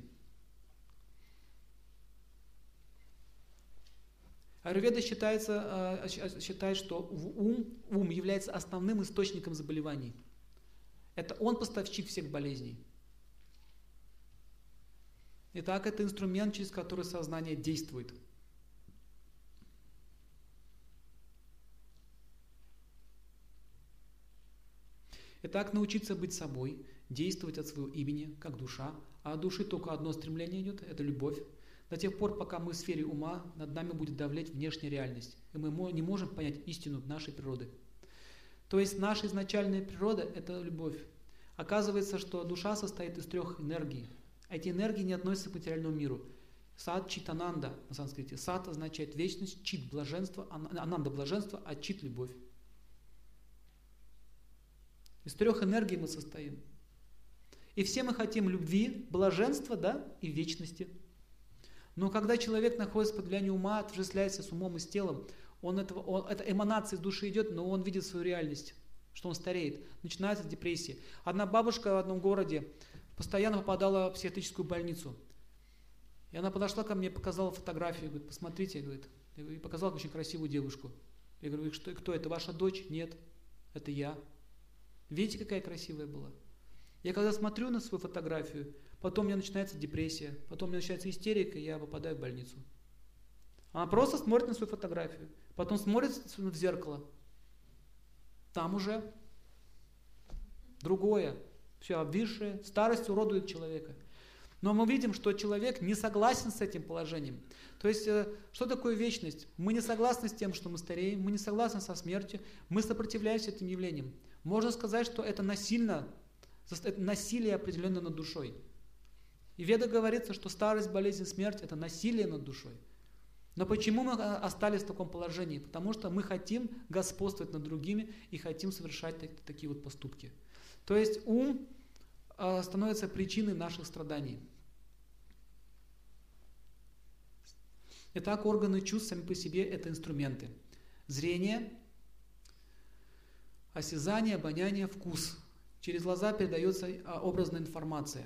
Аюрведа считает, что ум является основным источником заболеваний. Это он поставщик всех болезней. Итак, это инструмент, через который сознание действует. Итак, научиться быть собой, действовать от своего имени, как душа, а от души только одно стремление идет, это любовь. До тех пор, пока мы в сфере ума, над нами будет давлеть внешняя реальность, и мы не можем понять истину нашей природы. То есть наша изначальная природа – это любовь. Оказывается, что душа состоит из 3 энергий. Эти энергии не относятся к материальному миру. Сат, чит, ананда на санскрите. Сат означает вечность, чит – блаженство, ананда – блаженство, а чит – любовь. Из 3 энергий мы состоим. И все мы хотим любви, блаженства, да, и вечности. Но когда человек находится под влиянием ума, отождествляется с умом и с телом, это эманация из души идет, но он видит свою реальность, что он стареет. Начинается депрессия. Одна бабушка в одном городе постоянно попадала в психиатрическую больницу. И она подошла ко мне, показала фотографию, говорит, посмотрите, говорит, и показала очень красивую девушку. Я говорю, кто это, ваша дочь? Нет, это я. Видите, какая красивая была? Я когда смотрю на свою фотографию, потом у меня начинается депрессия, потом у меня начинается истерика, и я попадаю в больницу. Она просто смотрит на свою фотографию, потом смотрит в зеркало. Там уже другое, все обвисшее, старость уродует человека. Но мы видим, что человек не согласен с этим положением. То есть, что такое вечность? Мы не согласны с тем, что мы стареем, мы не согласны со смертью, мы сопротивляемся этим явлениям. Можно сказать, что это насилие определенное над душой. И в Ведах говорится, что старость, болезнь, смерть – это насилие над душой. Но почему мы остались в таком положении? Потому что мы хотим господствовать над другими и хотим совершать такие вот поступки. То есть ум становится причиной наших страданий. Итак, органы чувств сами по себе – это инструменты. Зрение, осязание, обоняние, вкус. Через глаза передается образная информация.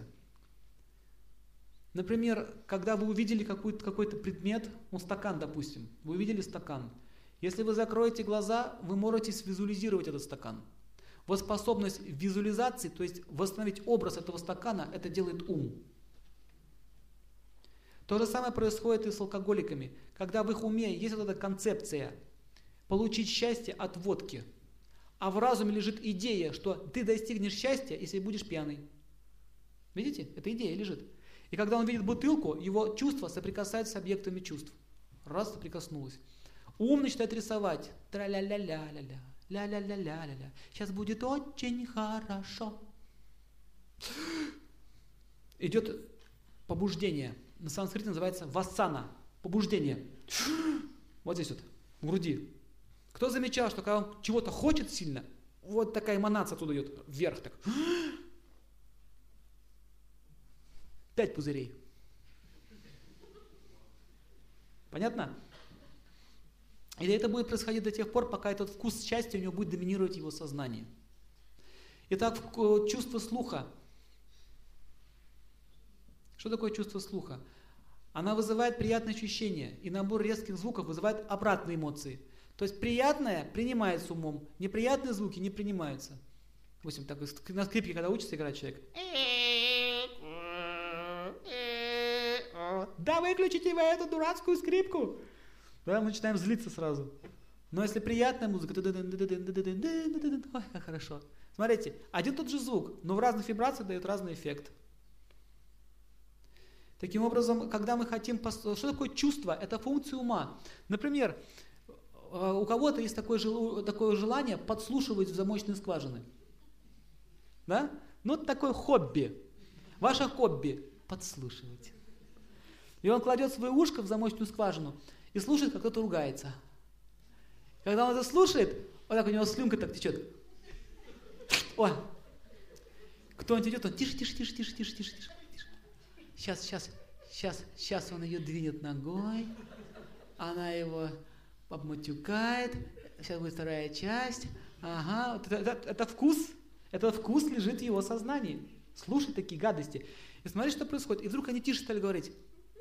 Например, когда вы увидели какой-то предмет, стакан, допустим, вы увидели стакан. Если вы закроете глаза, вы можете визуализировать этот стакан. Вот способность визуализации, то есть восстановить образ этого стакана, это делает ум. То же самое происходит и с алкоголиками. Когда в их уме есть вот эта концепция получить счастье от водки, а в разуме лежит идея, что ты достигнешь счастья, если будешь пьяный. Видите? Эта идея лежит. И когда он видит бутылку, его чувства соприкасаются с объектами чувств. Раз, соприкоснулось. Ум начинает рисовать. Тра-ля-ля-ля-ля-ля, ля-ля-ля-ля-ля-ля. Сейчас будет очень хорошо. Идет побуждение. На санскрите называется вассана. Побуждение. Вот здесь вот, в груди. Кто замечал, что когда он чего-то хочет сильно, вот такая эманация оттуда идет вверх. Так. 5 пузырей. Понятно? И это будет происходить до тех пор, пока этот вкус счастья у него будет доминировать его сознание. Итак, чувство слуха. Что такое чувство слуха? Она вызывает приятные ощущения, и набор резких звуков вызывает обратные эмоции. То есть приятное принимается умом, неприятные звуки не принимаются. Допустим, так, на скрипке, когда учится играть человек. Да выключите вы эту дурацкую скрипку! Да, мы начинаем злиться сразу. Но если приятная музыка, ой, как хорошо. Смотрите, один тот же звук, но в разных вибрациях дает разный эффект. Таким образом, когда мы хотим... Что такое чувство? Это функция ума. Например, у кого-то есть такое желание подслушивать в замочные скважины. Да? Ну, это такое хобби. Ваше хобби – подслушивать. И он кладет свое ушко в замочную скважину и слушает, как кто-то ругается. Когда он это слушает, вот так у него слюнка так течет. Ой. Кто-нибудь идет, он тише. Сейчас он ее двинет ногой, она его обматюкает, сейчас будет вторая часть. Ага, вот это вкус, этот вкус лежит в его сознании. Слушай такие гадости. И смотри, что происходит. И вдруг они тише стали говорить.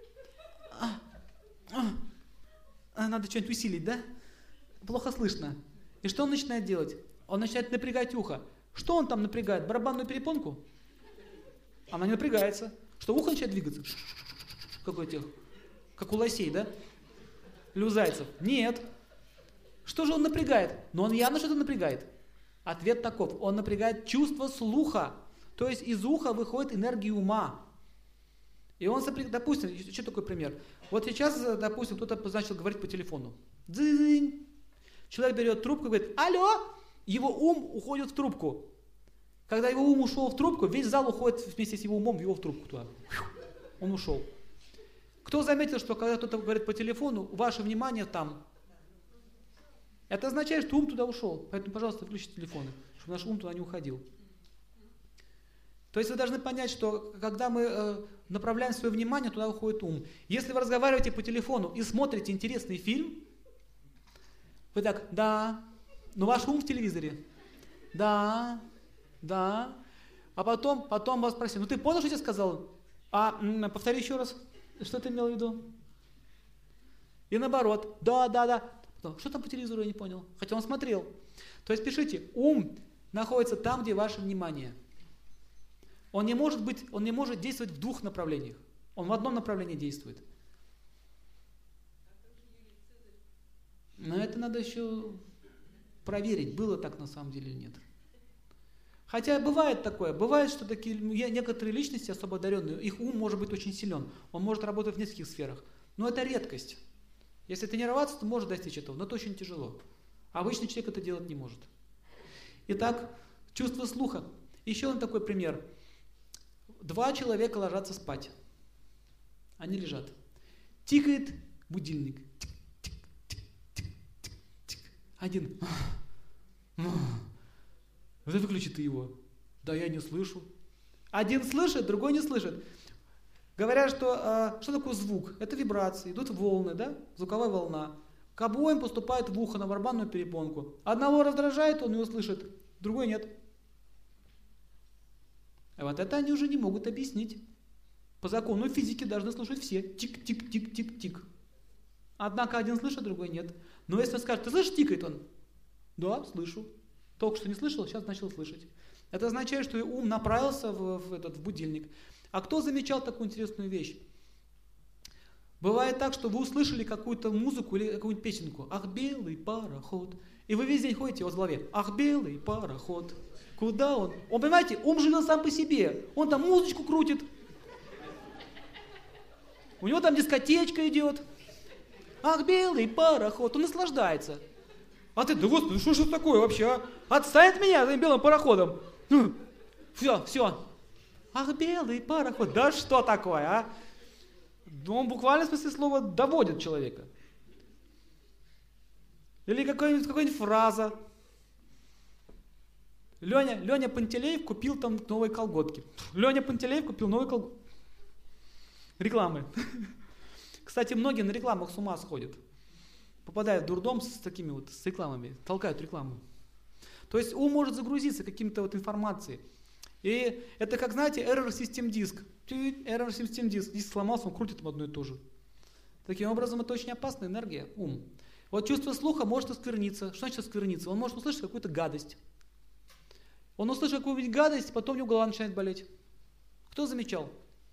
Надо что-нибудь усилить, да? Плохо слышно. И что он начинает делать? Он начинает напрягать ухо. Что он там напрягает? Барабанную перепонку? Она не напрягается. Что ухо начинает двигаться? Как у лосей, да? Или у зайцев? Нет. Что же он напрягает? Но он явно что-то напрягает. Ответ таков. Он напрягает чувство слуха. То есть из уха выходит энергия ума. И он, допустим, еще такой пример. Вот сейчас, допустим, кто-то начал говорить по телефону. Дзынь. Человек берет трубку и говорит: алло! Его ум уходит в трубку. Когда его ум ушел в трубку, весь зал уходит вместе с его умом в трубку туда. Он ушел. Кто заметил, что когда кто-то говорит по телефону, ваше внимание там? Это означает, что ум туда ушел. Поэтому, пожалуйста, выключите телефоны, чтобы наш ум туда не уходил. То есть вы должны понять, что когда мы направляем свое внимание, туда уходит ум. Если вы разговариваете по телефону и смотрите интересный фильм, вы так: да, но ваш ум в телевизоре. Да, да. А потом вас спросили: ну ты понял, что я тебе сказал? Повтори еще раз, что ты имел в виду? И наоборот: да. Потом: что там по телевизору, я не понял. Хотя он смотрел. То есть пишите: ум находится там, где ваше внимание. Он не может действовать в двух направлениях. Он в одном направлении действует. Но это надо еще проверить, было так на самом деле или нет. Хотя бывает такое, бывает, что некоторые личности особо одаренные, их ум может быть очень силен, он может работать в нескольких сферах. Но это редкость. Если тренироваться, то может достичь этого, но это очень тяжело. Обычный человек это делать не может. Итак, чувство слуха. Еще один такой пример. 2 человека ложатся спать. Они лежат. Тикает будильник. Один: да выключи ты его. Да я не слышу. Один слышит, другой не слышит. Говорят, что такое звук? Это вибрации, идут волны, да? Звуковая волна. К обоим поступает в ухо на барабанную перепонку. Одного раздражает, он его слышит, другой нет. А вот это они уже не могут объяснить. По закону физики должны слушать все. Тик-тик-тик-тик-тик. Однако один слышит, другой нет. Но если он скажет: ты слышишь, тикает он? Да, слышу. Только что не слышал, сейчас начал слышать. Это означает, что ум направился в будильник. А кто замечал такую интересную вещь? Бывает так, что вы услышали какую-то музыку или какую-нибудь песенку. Ах, белый пароход. И вы весь день ходите в голове. Ах, белый пароход. Куда он? Он, понимаете, ум живет сам по себе. Он там музычку крутит. У него там дискотечка идет. Ах, белый пароход. Он наслаждается. А ты: да господи, что же это такое вообще, а? Отстань от меня за этим белым пароходом. Все. Ах, белый пароход. Да что такое, а? Он буквально в смысле слова доводит человека. Или какая-нибудь фраза. Леня Пантелеев купил там новые колготки. Леня Пантелеев купил новые колготки. Рекламы. Кстати, многие на рекламах с ума сходят. Попадают в дурдом с рекламами, толкают рекламу. То есть ум может загрузиться каким-то информацией. И это как, знаете, error system disk. Диск сломался, он крутит одно и то же. Таким образом, это очень опасная энергия, ум. Вот чувство слуха может оскверниться. Что значит оскверниться? Он может услышать какую-то гадость. Он услышит какую-нибудь гадость, потом у него голова начинает болеть. Кто замечал?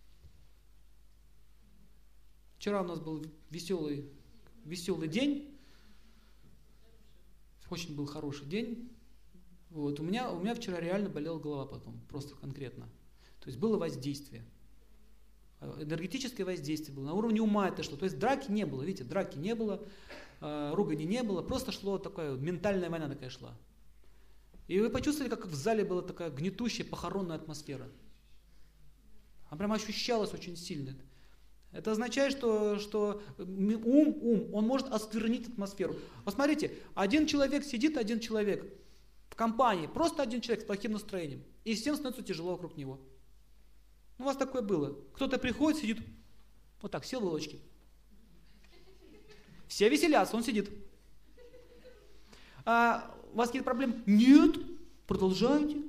Вчера у нас был веселый день. Очень был хороший день. Вот. У меня вчера реально болела голова потом, просто конкретно. То есть было воздействие. Энергетическое воздействие было. На уровне ума это шло. То есть драки не было, видите, драки не было, ругани не было, просто шло такая ментальная война такая шла. И вы почувствовали, как в зале была такая гнетущая похоронная атмосфера. Она прямо ощущалась очень сильно. Это означает, что ум, он может осквернить атмосферу. Вот смотрите, один человек в компании, просто один человек с плохим настроением, и всем становится тяжело вокруг него. У вас такое было. Кто-то приходит, сидит, вот так, сел в уголочке. Все веселятся, он сидит. У вас какие-то проблемы? Нет, продолжайте.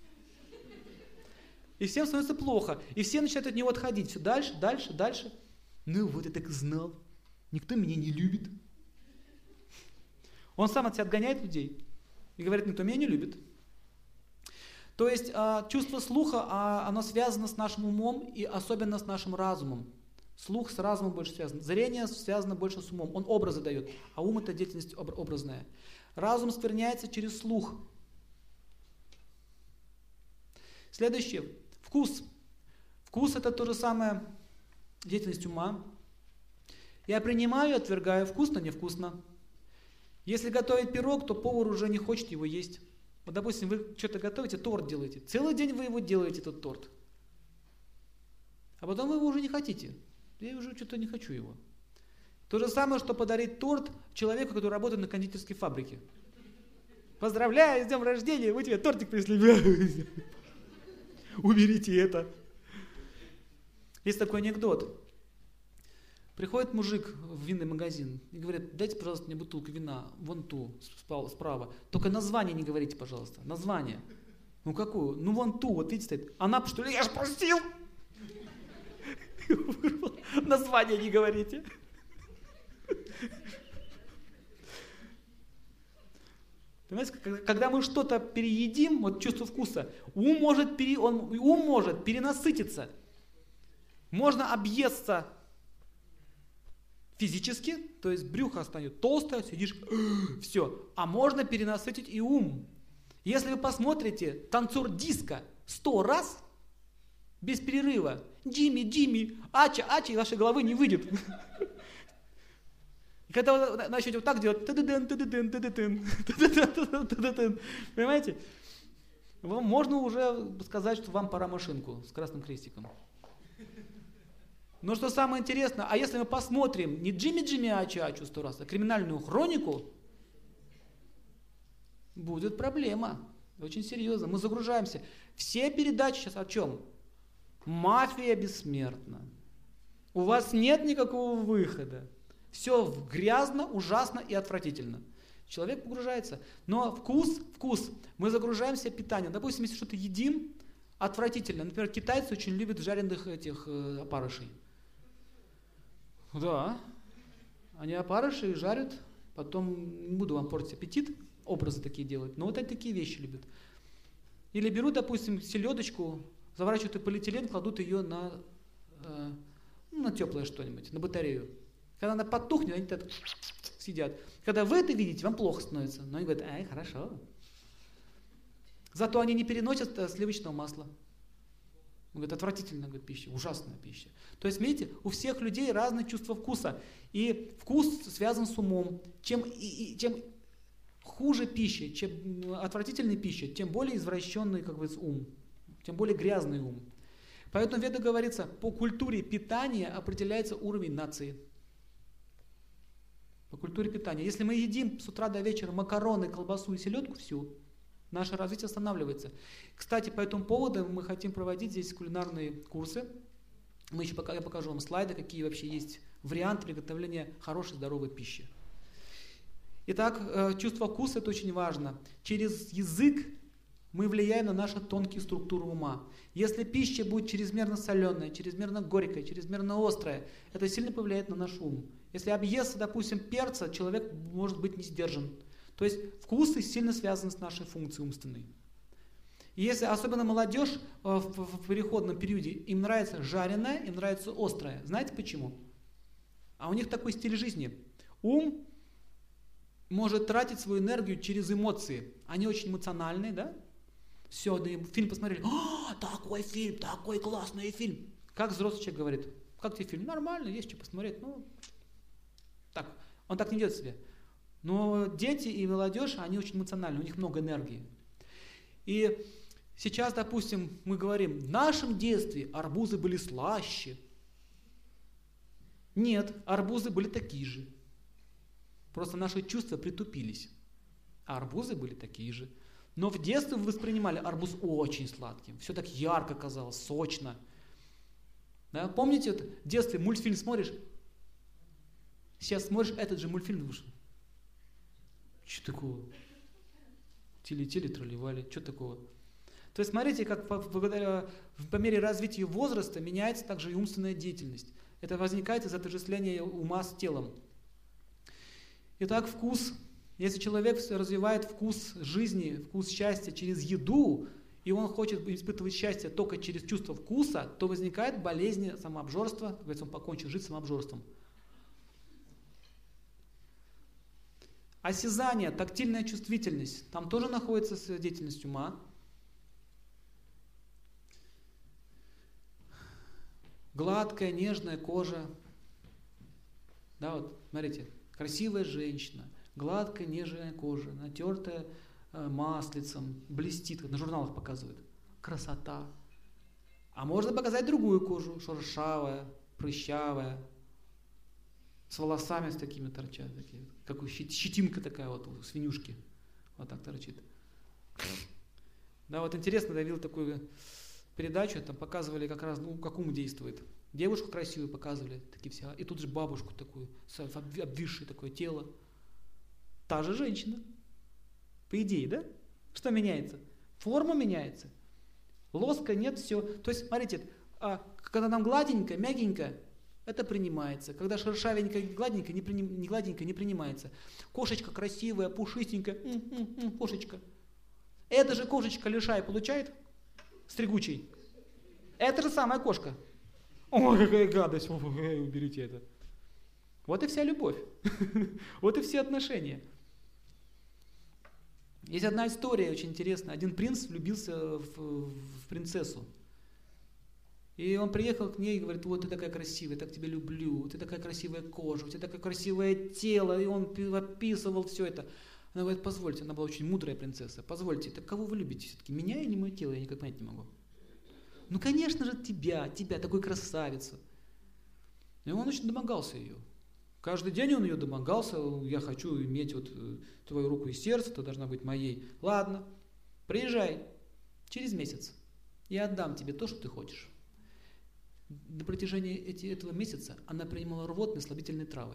И всем становится плохо. И все начинают от него отходить. Все дальше. Ну вот я так и знал. Никто меня не любит. Он сам от себя отгоняет людей. И говорит: никто меня не любит. То есть чувство слуха, оно связано с нашим умом и особенно с нашим разумом. Слух с разумом больше связан. Зрение связано больше с умом. Он образы дает. А ум это деятельность образная. Разум скверняется через слух. Следующее. Вкус. Вкус это то же самое, деятельность ума. Я принимаю, отвергаю, вкусно, невкусно. Если готовить пирог, то повар уже не хочет его есть. Вот, допустим, вы что-то готовите, торт делаете. Целый день вы его делаете, этот торт. А потом вы его уже не хотите. Я уже что-то не хочу его. То же самое, что подарить торт человеку, который работает на кондитерской фабрике. Поздравляю, с днем рождения, мы тебе тортик принесли. Уберите это. Есть такой анекдот. Приходит мужик в винный магазин и говорит: дайте, пожалуйста, мне бутылку вина, вон ту, справа. Только название не говорите, пожалуйста. Название. Ну какую? Ну вон ту, вот видите, стоит. Она, что ли, я ж просил. Название не говорите. Понимаете, когда мы что-то переедим, вот чувство вкуса, ум может перенасытиться. Можно объесться физически, то есть брюхо станет толстое, сидишь, все. А можно перенасытить и ум. Если вы посмотрите танцор диско 100 раз, без перерыва, Джимми, Джимми, Ача, Ача, из вашей головы не выйдет. И когда вы начнете вот так делать, понимаете, можно уже сказать, что вам пора машинку с красным крестиком. Но что самое интересное, а если мы посмотрим не Джимми, Ача, Ачу 100 раз, а криминальную хронику, будет проблема. Очень серьезно. Мы загружаемся. Все передачи сейчас о чем? Мафия бессмертна. У вас нет никакого выхода. Все грязно, ужасно и отвратительно. Человек погружается. Но вкус. Мы загружаемся питанием. Допустим, если что-то едим, отвратительно. Например, китайцы очень любят жареных этих опарышей. Да. Они опарыши жарят. Потом, не буду вам портить аппетит, образы такие делают. Но вот они такие вещи любят. Или берут, допустим, селедочку, заворачивают в полиэтилен, кладут ее на теплое что-нибудь, на батарею. Когда она потухнет, они так сидят. Когда вы это видите, вам плохо становится. Но они говорят: ай, хорошо. Зато они не переносят сливочного масла. Он говорит: отвратительная, говорит, пища, ужасная пища. То есть, видите, у всех людей разные чувства вкуса. И вкус связан с умом. Чем хуже пища, чем отвратительная пища, тем более извращенный, как бы, ум, тем более грязный ум. Поэтому в Ведах говорится, по культуре питания определяется уровень нации. По культуре питания. Если мы едим с утра до вечера макароны, колбасу и селедку, все, наше развитие останавливается. Кстати, по этому поводу мы хотим проводить здесь кулинарные курсы. Я покажу вам слайды, какие вообще есть варианты приготовления хорошей здоровой пищи. Итак, чувство вкуса – это очень важно. Через язык мы влияем на нашу тонкие структуры ума. Если пища будет чрезмерно соленая, чрезмерно горькая, чрезмерно острая, это сильно повлияет на наш ум. Если объестся, допустим, перца, человек может быть не сдержан. То есть вкусы сильно связаны с нашей функцией умственной. И если особенно молодежь в переходном периоде, им нравится жареное, им нравится острое. Знаете почему? А у них такой стиль жизни. Ум может тратить свою энергию через эмоции. Они очень эмоциональные, да? Все, фильм посмотрели. Такой фильм, такой классный фильм. Как взрослый человек говорит: как тебе фильм? Нормально, есть что посмотреть. Так, он так не ведет себя. Но дети и молодежь, они очень эмоциональны, у них много энергии. И сейчас, допустим, мы говорим: в нашем детстве арбузы были слаще. Нет, арбузы были такие же. Просто наши чувства притупились. А арбузы были такие же. Но в детстве вы воспринимали арбуз очень сладким. Все так ярко казалось, сочно. Да? Помните, вот в детстве мультфильм смотришь? Сейчас смотришь этот же мультфильм, думаешь: что такого? Тили-тили, тролливали, что такого? То есть смотрите, как по мере развития возраста меняется также и умственная деятельность. Это возникает из отождествления ума с телом. Итак, вкус. Если человек развивает вкус жизни, вкус счастья через еду, и он хочет испытывать счастье только через чувство вкуса, то возникает болезнь самообжорства, как говорится, он покончит жизнь самообжорством. Осязание, тактильная чувствительность, там тоже находится деятельность ума. Гладкая, нежная кожа. Да, вот, смотрите, красивая женщина, гладкая, нежная кожа, натертая маслицем, блестит, как на журналах показывают. Красота. А можно показать другую кожу, шершавая, прыщавая, с волосами с такими торчат, такие, как щетинка такая вот у свинюшки, вот так торчит. Да, вот интересно, я видел такую передачу, там показывали как раз, как ум действует. Девушку красивую показывали, такие все, и тут же бабушку такую, обвисшее такое тело. Та же женщина. По идее, да? Что меняется? Форма меняется. Лоска нет, все. То есть, смотрите, когда нам гладенько, мягенько, это принимается. Когда шершавенько, гладенько, не гладенько, не принимается. Кошечка красивая, пушистенькая, кошечка. Эта же кошечка лишай получает, стригучий. Это же самая кошка. Ой, какая гадость, уберите это. Вот и вся любовь. Вот и все отношения. Есть одна история очень интересная. Один принц влюбился в принцессу. И он приехал к ней и говорит: вот ты такая красивая, я так тебя люблю, ты такая красивая кожа, у тебя такое красивое тело. И он описывал все это. Она говорит: позвольте, она была очень мудрая принцесса, позвольте, так кого вы любите все-таки, меня или мое тело, я никак понять не могу. Ну, конечно же, тебя, такую красавицу. И он очень домогался ее. Каждый день он ее домогался: я хочу иметь вот твою руку и сердце, ты должна быть моей. Ладно, приезжай через месяц, я отдам тебе то, что ты хочешь. На протяжении этого месяца она принимала рвотные слабительные травы.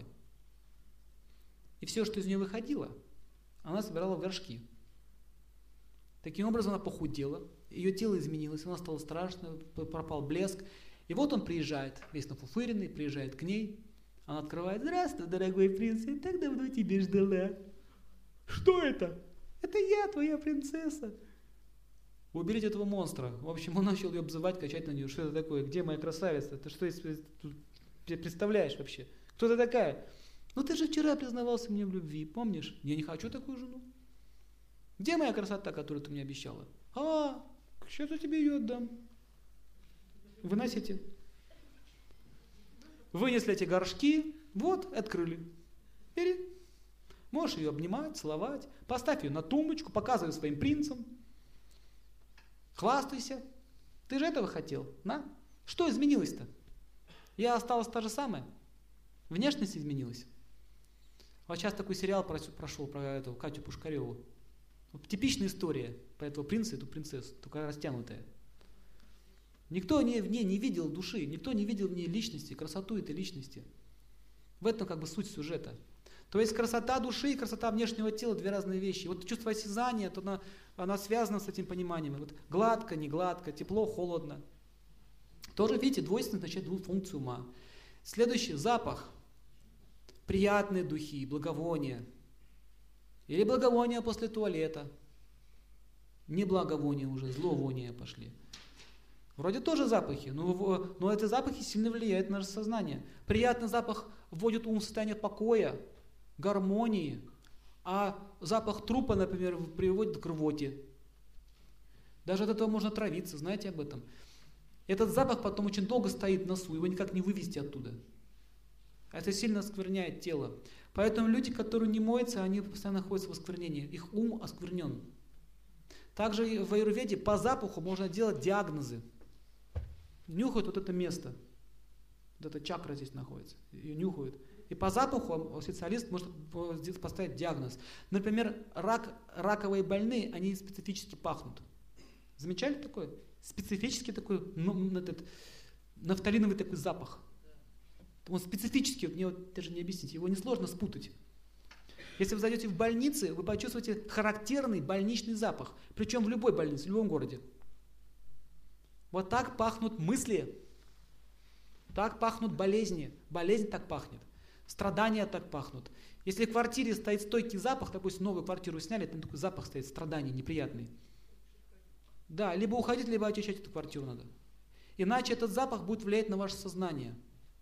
И все, что из нее выходило, она собирала в горшки. Таким образом она похудела, ее тело изменилось, она стала страшной, пропал блеск. И вот он приезжает, весь нафуфыренный, приезжает к ней. Она открывает: здравствуй, дорогой принц, я так давно тебя ждала. Что это? Это я, твоя принцесса. Уберите этого монстра. В общем, он начал ее обзывать, качать на нее. Что это такое? Где моя красавица? Ты что представляешь вообще? Кто ты такая? Ну ты же вчера признавался мне в любви, помнишь? Я не хочу такую жену. Где моя красота, которую ты мне обещала? Сейчас я тебе ее отдам. Выносите. Вынесли эти горшки, вот, открыли. Бери. Можешь ее обнимать, целовать, поставь ее на тумбочку, показывай своим принцам. Хвастайся. Ты же этого хотел, на? Что изменилось-то? Я осталась та же самая. Внешность изменилась. Вот сейчас такой сериал прошел про эту Катю Пушкареву. Вот типичная история про этого принца и эту принцессу, только растянутая. Никто в ней не видел души, никто не видел в ней личности, красоту этой личности. В этом как бы суть сюжета. То есть красота души и красота внешнего тела — две разные вещи. Вот чувство осязания, то она связана с этим пониманием. Вот гладко, не гладко, тепло, холодно. Тоже, видите, двойственность означает двух функций ума. Следующий — запах. Приятные духи, благовония. Или благовония после туалета. Не благовония уже, зловония пошли. Вроде тоже запахи, но эти запахи сильно влияют на наше сознание. Приятный запах вводит ум в состояние покоя, гармонии, а запах трупа, например, приводит к рвоте. Даже от этого можно травиться, знаете об этом? Этот запах потом очень долго стоит в носу, его никак не вывести оттуда. Это сильно оскверняет тело. Поэтому люди, которые не моются, они постоянно находятся в осквернении. Их ум осквернен. Также в аюрведе по запаху можно делать диагнозы. Нюхают вот это место. Вот эта чакра здесь находится. Ее нюхают. И по запаху специалист может поставить диагноз. Например, раковые больные, они специфически пахнут. Замечали такое? Специфический такой нафталиновый такой запах. Он специфический, мне вот даже не объяснить, его несложно спутать. Если вы зайдете в больницы, вы почувствуете характерный больничный запах. Причем в любой больнице, в любом городе. Вот так пахнут мысли. Так пахнут болезни. Болезнь так пахнет. Страдания так пахнут. Если в квартире стоит стойкий запах, допустим, новую квартиру сняли, там такой запах стоит, страданий неприятный. Да, либо уходить, либо очищать эту квартиру надо. Иначе этот запах будет влиять на ваше сознание.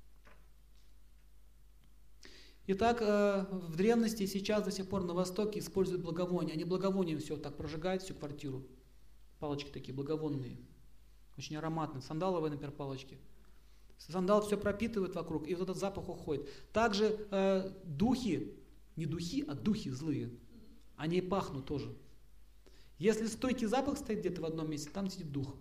Итак, в древности и сейчас до сих пор на Востоке используют благовония. Они благовонием все так прожигают, всю квартиру. Палочки такие благовонные. Очень ароматные. Сандаловые, например, палочки. Сандал все пропитывает вокруг, и вот этот запах уходит. Также духи, не духи, а духи злые, они и пахнут тоже. Если стойкий запах стоит где-то в одном месте, там сидит дух.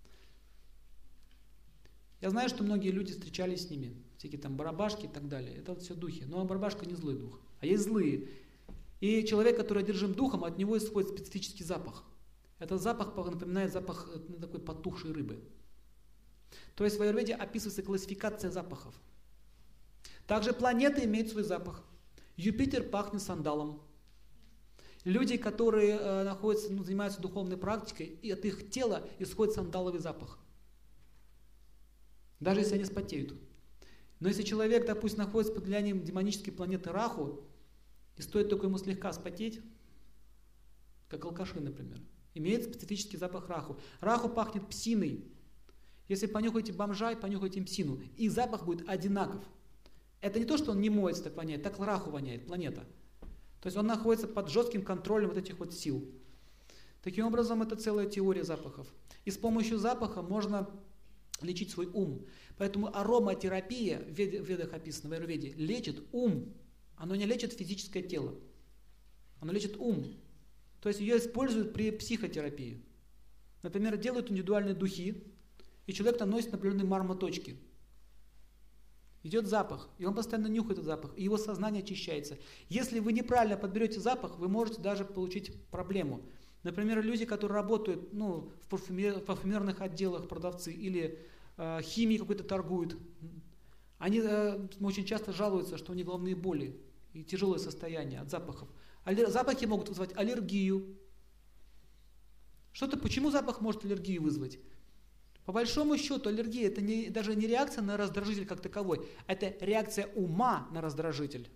Я знаю, что многие люди встречались с ними, всякие там барабашки и так далее. Это вот все духи. Но барабашка не злой дух, а есть злые. И человек, который одержим духом, от него исходит специфический запах. Этот запах напоминает запах такой потухшей рыбы. То есть в аюрведе описывается классификация запахов. Также планеты имеют свой запах. Юпитер пахнет сандалом. Люди, которые занимаются духовной практикой, и от их тела исходит сандаловый запах. Даже если они спотеют. Но если человек, допустим, находится под влиянием демонической планеты Раху, и стоит только ему слегка спотеть, как алкаши, например, имеет специфический запах Раху. Раху пахнет псиной. Если понюхаете бомжа и понюхаете им псину, их запах будет одинаков. Это не то, что он не моется, так воняет, так Раху воняет, планета. То есть он находится под жестким контролем вот этих вот сил. Таким образом, это целая теория запахов. И с помощью запаха можно лечить свой ум. Поэтому ароматерапия, в ведах описано, в аюрведе, лечит ум. Оно не лечит физическое тело. Оно лечит ум. То есть ее используют при психотерапии. Например, делают индивидуальные духи, и человек там носит определенные мармоточки. Идет запах, и он постоянно нюхает этот запах, и его сознание очищается. Если вы неправильно подберете запах, вы можете даже получить проблему. Например, люди, которые работают в парфюмерных отделах, продавцы, или химией какой-то торгуют, они очень часто жалуются, что у них головные боли и тяжелое состояние от запахов. Запахи могут вызвать аллергию. Почему запах может аллергию вызвать? По большому счету аллергия это даже не реакция на раздражитель как таковой, это реакция ума на раздражитель.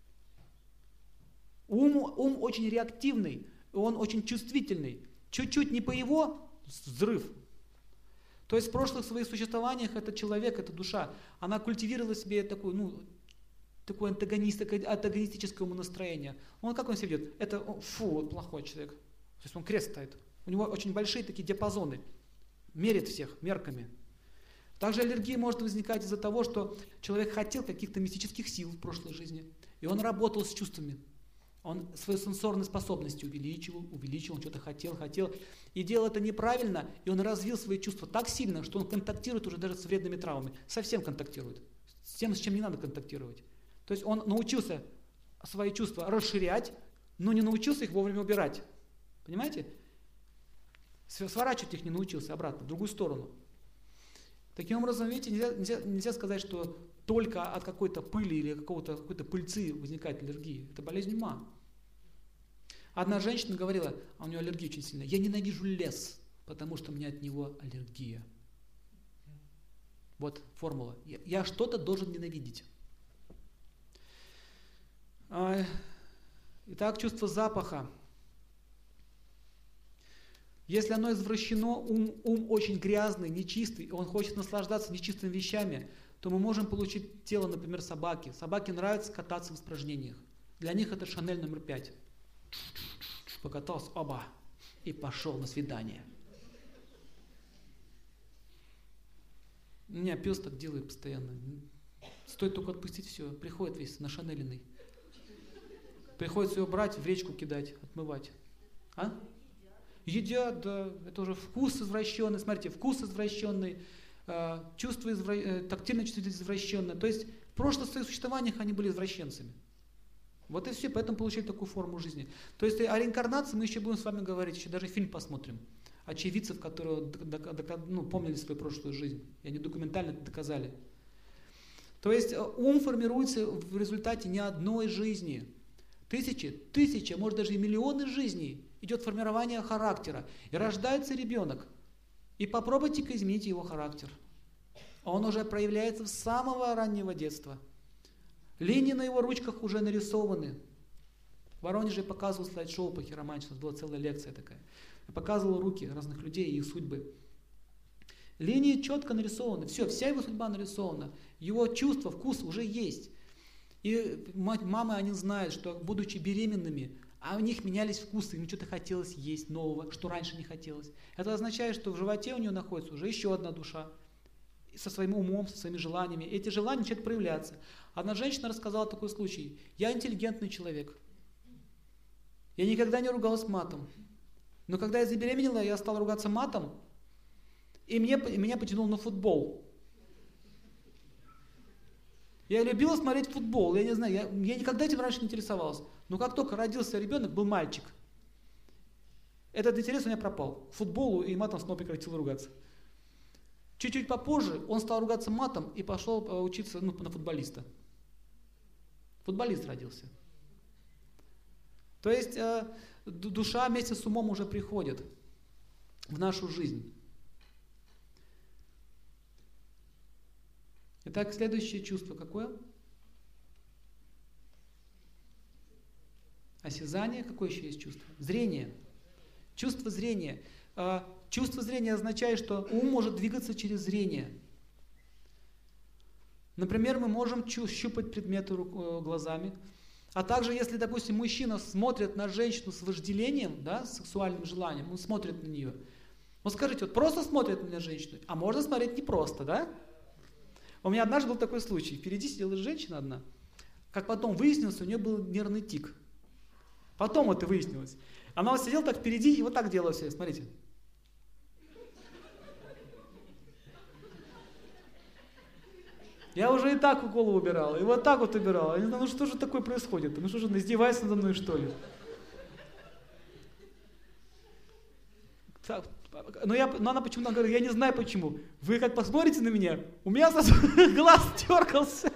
Ум очень реактивный, он очень чувствительный. Чуть-чуть не по его взрыв. То есть в прошлых своих существованиях этот человек, эта душа, она культивировала себе такое антагонистическое умонастроение. Как он себя ведет? Это плохой человек. То есть он крест ставит. У него очень большие такие диапазоны. Мерит всех мерками. Также аллергия может возникать из-за того, что человек хотел каких-то мистических сил в прошлой жизни. И он работал с чувствами. Он свои сенсорные способности увеличивал, он что-то хотел. И делал это неправильно, и он развил свои чувства так сильно, что он контактирует уже даже с вредными травмами. Совсем контактирует. С тем, с чем не надо контактировать. То есть он научился свои чувства расширять, но не научился их вовремя убирать. Понимаете? Сворачивать их не научился обратно, в другую сторону. Таким образом, видите, нельзя сказать, что только от какой-то пыли или какой-то пыльцы возникает аллергия. Это болезнь ума. Одна женщина говорила, а у нее аллергия очень сильная: я ненавижу лес, потому что у меня от него аллергия. Вот формула. Я что-то должен ненавидеть. Итак, чувство запаха. Если оно извращено, ум очень грязный, нечистый, и он хочет наслаждаться нечистыми вещами, то мы можем получить тело, например, собаки. Собаке нравится кататься в испражнениях. Для них это Шанель номер 5. Покатался, оба, и пошел на свидание. У меня пес так делает постоянно. Стоит только отпустить, все, приходит весь нашанеленный. Приходится его брать, в речку кидать, отмывать. Едят, да, это уже вкус извращенный, смотрите, вкус извращенный, чувство тактильное чувство извращенное. То есть в прошлых своих существованиях они были извращенцами. Вот и все, поэтому получили такую форму жизни. То есть о реинкарнации мы еще будем с вами говорить, еще даже фильм посмотрим. Очевидцев, которые помнили свою прошлую жизнь, и они документально это доказали. То есть ум формируется в результате не одной жизни. Тысячи, может даже и миллионы жизней идет формирование характера. И рождается ребенок. И попробуйте-ка изменить его характер. Он уже проявляется с самого раннего детства. Линии на его ручках уже нарисованы. В Воронеже я показывал слайд-шоу по хиромантии, была целая лекция такая. Я показывал руки разных людей и их судьбы. Линии четко нарисованы. Вся его судьба нарисована. Его чувства, вкус уже есть. И мамы, они знают, что будучи беременными, а у них менялись вкусы, им что-то хотелось есть нового, что раньше не хотелось. Это означает, что в животе у нее находится уже еще одна душа. со своим умом, со своими желаниями. Эти желания начинают проявляться. Одна женщина рассказала такой случай. Я интеллигентный человек. Я никогда не ругалась матом. Но когда я забеременела, я стала ругаться матом, и меня потянуло на футбол. Я любила смотреть футбол, я не знаю, я никогда этим раньше не интересовалась. Но как только родился ребенок, был мальчик, этот интерес у меня пропал. К футболу и матом снова прекратил ругаться. Чуть-чуть попозже он стал ругаться матом и пошел учиться на футболиста. Футболист родился. То есть душа вместе с умом уже приходит в нашу жизнь. Итак, следующее чувство какое? Осязание. Какое еще есть чувство? Зрение. Чувство зрения. Чувство зрения означает, что ум может двигаться через зрение. Например, мы можем щупать предметы глазами. А также, если, допустим, мужчина смотрит на женщину с вожделением, да, с сексуальным желанием, он смотрит на нее. Вот скажите, вот просто смотрит на женщину, а можно смотреть не просто, да? У меня однажды был такой случай. Впереди сидела женщина одна. Как потом выяснилось, у нее был нервный тик. Потом это выяснилось. Она вот сидела так впереди и вот так делала все. Смотрите. Я уже и так голову убирал, и вот так вот убирал. Я не знаю, ну что же такое происходит? Ну что же, издевается надо мной, что ли? Но она почему-то говорит, я не знаю почему. Вы как посмотрите на меня, у меня сразу глаз дергался.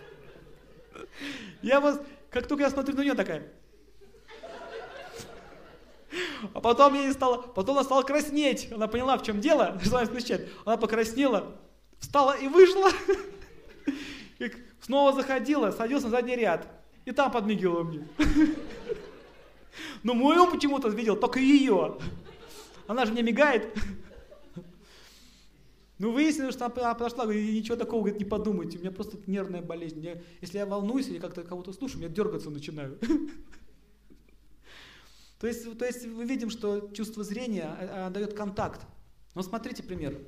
Как только я смотрю на нее, такая. А потом она стала краснеть. Она поняла, в чем дело, что она смущает. Она покраснела, встала и вышла. И снова заходила, садилась на задний ряд. И там подмигивала мне. Но мой ум почему-то видел только ее. Она же мне мигает. Ну, выяснилось, что она подошла, говорит, ничего такого, говорит, не подумайте, у меня просто нервная болезнь. Если я волнуюсь или как-то кого-то слушаю, я дергаться начинаю. То есть мы видим, что чувство зрения дает контакт. Но смотрите пример.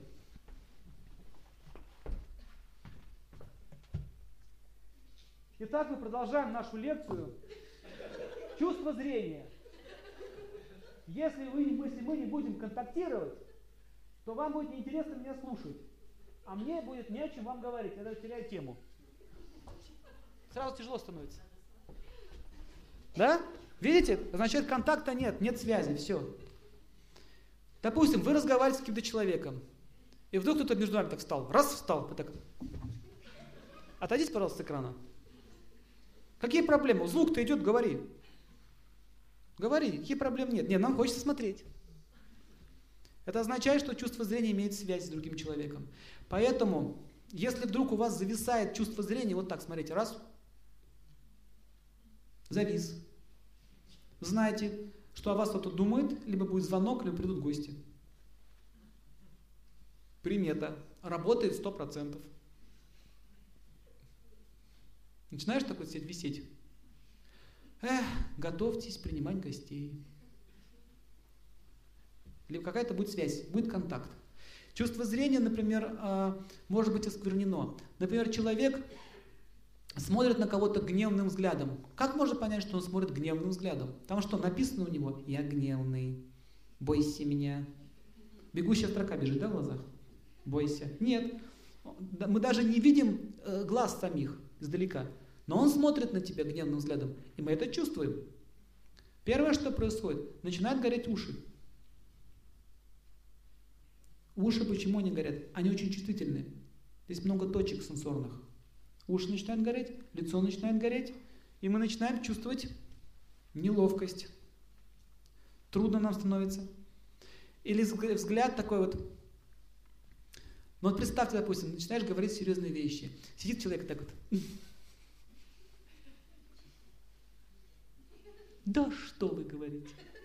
Итак, мы продолжаем нашу лекцию. Чувство зрения. Если мы не будем контактировать, то вам будет неинтересно меня слушать. А мне будет не о чем вам говорить, я даже теряю тему. Сразу тяжело становится. Да? Видите? Означает, контакта нет связи, все. Допустим, вы разговариваете с каким-то человеком, и вдруг кто-то между вами так встал. Раз встал, вот так. Отойдите, пожалуйста, с экрана. Какие проблемы? Звук-то идет, говори. Говори, каких проблем нет. Нет, нам хочется смотреть. Это означает, что чувство зрения имеет связь с другим человеком. Поэтому, если вдруг у вас зависает чувство зрения, вот так, смотрите, раз, завис. Знайте, что о вас кто-то думает, либо будет звонок, либо придут гости. Примета. Работает 100%. Начинаешь так вот сидеть, висеть. Готовьтесь принимать гостей. Либо какая-то будет связь, будет контакт. Чувство зрения, например, может быть осквернено. Например, человек смотрит на кого-то гневным взглядом. Как можно понять, что он смотрит гневным взглядом? Там что, написано у него? Я гневный, бойся меня. Бегущая строка бежит, да, в глазах? Бойся. Нет. Мы даже не видим глаз самих издалека. Но он смотрит на тебя гневным взглядом, и мы это чувствуем. Первое, что происходит, начинают гореть уши. Уши почему они горят? Они очень чувствительные. Здесь много точек сенсорных. Уши начинают гореть, лицо начинает гореть, и мы начинаем чувствовать неловкость. Трудно нам становится. Или взгляд такой вот. Ну вот представьте, допустим, начинаешь говорить серьезные вещи. Сидит человек так вот. Да что вы говорите?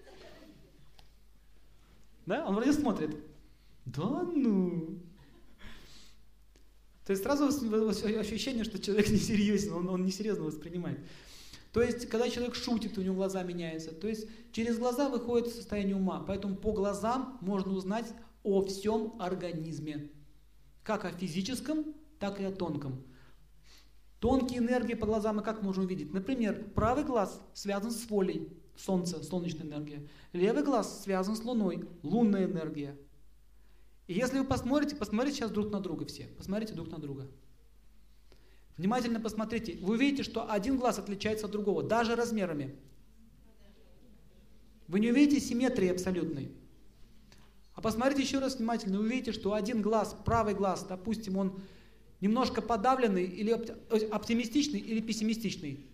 Да? Он вроде смотрит. Да ну. То есть сразу ощущение, что человек несерьезен, он несерьезно воспринимает. То есть, когда человек шутит, у него глаза меняются. То есть, через глаза выходит состояние ума. Поэтому по глазам можно узнать о всем организме. Как о физическом, так и о тонком. Тонкие энергии по глазам мы как можем увидеть? Например, правый глаз связан с волей, солнце, солнечная энергия. Левый глаз связан с луной, лунная энергия. И если вы посмотрите сейчас друг на друга все. Посмотрите друг на друга. Внимательно посмотрите. Вы увидите, что один глаз отличается от другого, даже размерами. Вы не увидите симметрии абсолютной. А посмотрите еще раз внимательно. Вы увидите, что один глаз, правый глаз, допустим, он немножко подавленный, или оптимистичный, или пессимистичный.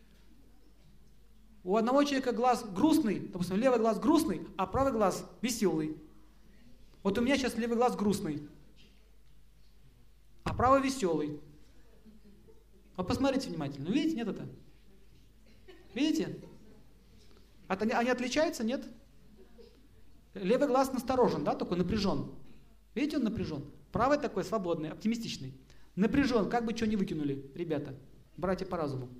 У одного человека глаз грустный, допустим, левый глаз грустный, а правый глаз веселый. Вот у меня сейчас левый глаз грустный, а правый веселый. Вот посмотрите внимательно. Видите, нет это? Видите? Они отличаются, нет? Левый глаз насторожен, да, такой напряжен. Видите, он напряжен. Правый такой свободный, оптимистичный. Напряжен, как бы что ни выкинули, ребята, братья по разуму.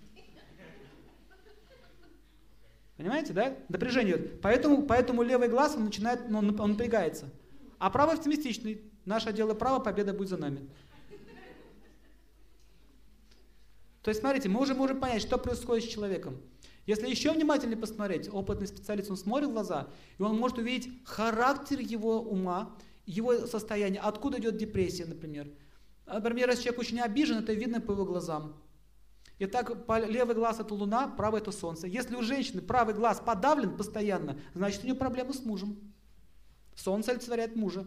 Понимаете, да? Напряжение идет. Поэтому левый глаз, он напрягается. А правый оптимистичный. Наше дело право, победа будет за нами. То есть, смотрите, мы уже можем понять, что происходит с человеком. Если еще внимательнее посмотреть, опытный специалист, он смотрит в глаза, и он может увидеть характер его ума, его состояние, откуда идет депрессия, например. Например, если человек очень обижен, это видно по его глазам. Итак, левый глаз это луна, правый это солнце. Если у женщины правый глаз подавлен постоянно, значит у нее проблемы с мужем. Солнце олицетворяет мужа.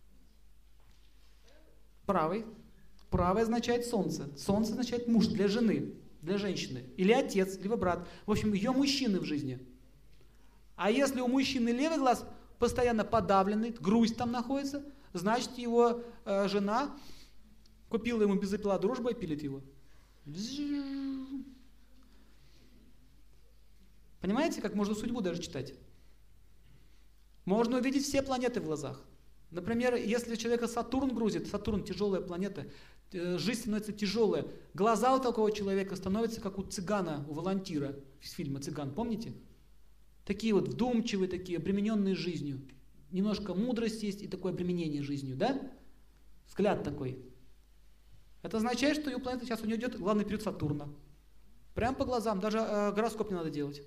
Правый означает солнце. Солнце означает муж для жены, для женщины. Или отец, либо брат. В общем, ее мужчины в жизни. А если у мужчины левый глаз постоянно подавленный, грусть там находится, значит его жена купила ему бензопила дружба и пилит его. Понимаете, как можно судьбу даже читать? Можно увидеть все планеты в глазах. Например, если человека Сатурн грузит, Сатурн тяжелая планета, жизнь становится тяжелая, глаза у такого человека становятся как у цыгана, у волонтира из фильма «Цыган», помните? Такие вот вдумчивые, такие обремененные жизнью. Немножко мудрости есть и такое обременение жизнью, да? Взгляд такой. Это означает, что ее планета сейчас у нее идет главный период Сатурна. Прям по глазам, даже гороскоп не надо делать.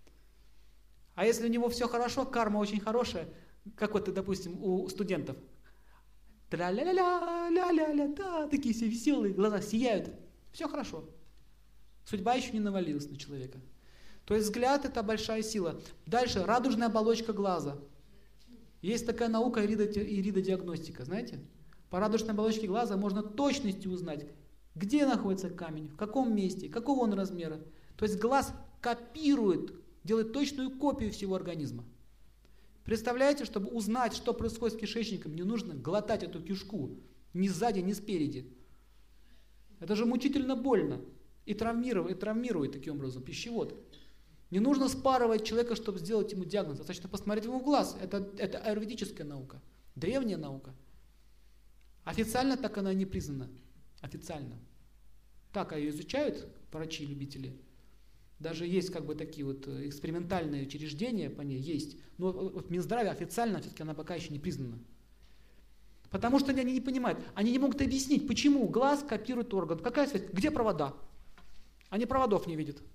А если у него все хорошо, карма очень хорошая, как вот, допустим, у студентов. Тра-ля-ля-ля, ля-ля-ля, да, такие все веселые, глаза сияют. Все хорошо. Судьба еще не навалилась на человека. То есть взгляд – это большая сила. Дальше, радужная оболочка глаза. Есть такая наука иридодиагностика, знаете? По радужной оболочке глаза можно точностью узнать, где находится камень, в каком месте, какого он размера. То есть глаз копирует, делает точную копию всего организма. Представляете, чтобы узнать, что происходит с кишечником, не нужно глотать эту кишку ни сзади, ни спереди. Это же мучительно больно и травмирует таким образом пищевод. Не нужно спарывать человека, чтобы сделать ему диагноз. Достаточно посмотреть ему в глаз. Это аюрведическая наука, древняя наука. Официально так она не признана. Официально. Так ее изучают врачи-любители. Даже есть как бы такие вот экспериментальные учреждения по ней есть. Но вот Минздраве официально все-таки она пока еще не признана. Потому что они не понимают. Они не могут объяснить, почему глаз копирует орган. Какая связь? Где провода? Они проводов не видят.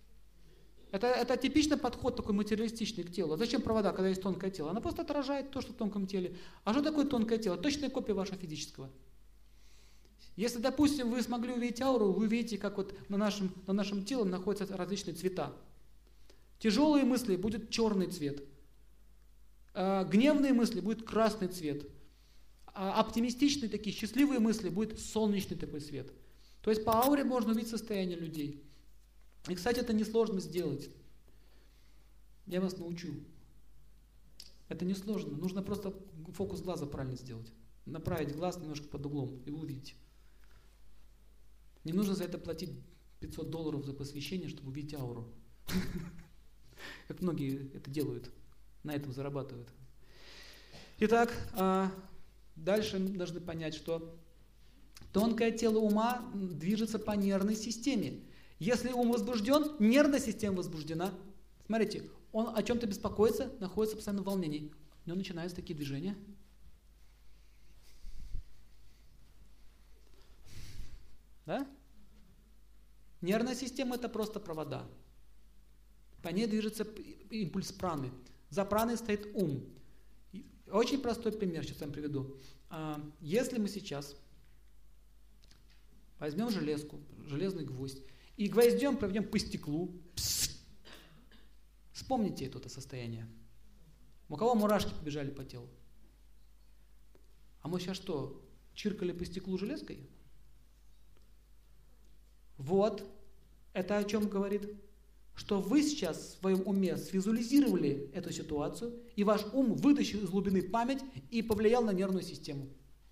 Это типичный подход такой материалистичный к телу. Зачем провода, когда есть тонкое тело? Она просто отражает то, что в тонком теле. А что такое тонкое тело? Точная копия вашего физического. Если, допустим, вы смогли увидеть ауру, вы видите, как вот на нашем теле находятся различные цвета. Тяжелые мысли будет черный цвет. Гневные мысли будет красный цвет. Оптимистичные такие, счастливые мысли будет солнечный такой цвет. То есть по ауре можно увидеть состояние людей. И, кстати, это несложно сделать. Я вас научу. Это несложно. Нужно просто фокус глаза правильно сделать. Направить глаз немножко под углом, и вы увидите. Не нужно за это платить $500 за посвящение, чтобы увидеть ауру. Как многие это делают. На этом зарабатывают. Итак, дальше мы должны понять, что тонкое тело ума движется по нервной системе. Если ум возбужден, нервная система возбуждена. Смотрите, он о чем-то беспокоится, находится постоянно в волнении. У него начинаются такие движения. Да? Нервная система – это просто провода. По ней движется импульс праны. За праной стоит ум. Очень простой пример, сейчас я вам приведу. Если мы сейчас возьмем железку, железный гвоздь, и гвоздем проведем по стеклу, вспомните это состояние. У кого мурашки побежали по телу? А мы сейчас что, чиркали по стеклу железкой? Вот, это о чем говорит? Что вы сейчас в своем уме свизуализировали эту ситуацию, и ваш ум вытащил из глубины память и повлиял на нервную систему.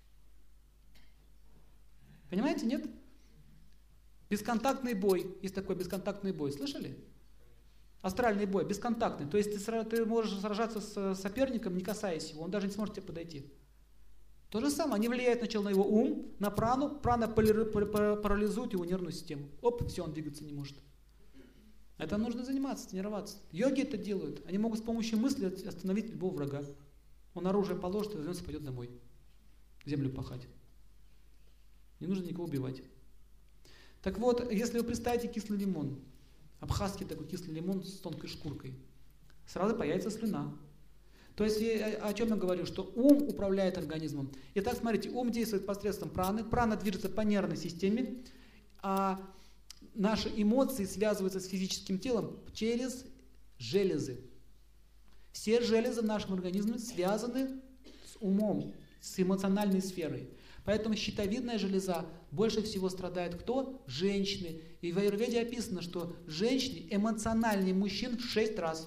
Понимаете, нет? Бесконтактный бой. Есть такой бесконтактный бой. Слышали? Астральный бой, бесконтактный. То есть ты можешь сражаться с соперником, не касаясь его, он даже не сможет тебе подойти. То же самое, они влияют сначала на его ум, на прану, прана парализует его нервную систему. Оп, все, он двигаться не может. Это нужно заниматься, тренироваться. Йоги это делают. Они могут с помощью мысли остановить любого врага. Он оружие положит и возьмется, пойдет домой. Землю пахать. Не нужно никого убивать. Так вот, если вы представите кислый лимон, абхазский такой кислый лимон с тонкой шкуркой, сразу появится слюна. То есть, о чем я говорю, что ум управляет организмом. Итак, смотрите, ум действует посредством праны, прана движется по нервной системе, а наши эмоции связываются с физическим телом через железы. Все железы в нашем организме связаны с умом, с эмоциональной сферой. Поэтому щитовидная железа больше всего страдает кто? Женщины. И в аюрведе описано, что женщины эмоциональнее мужчин в 6 раз.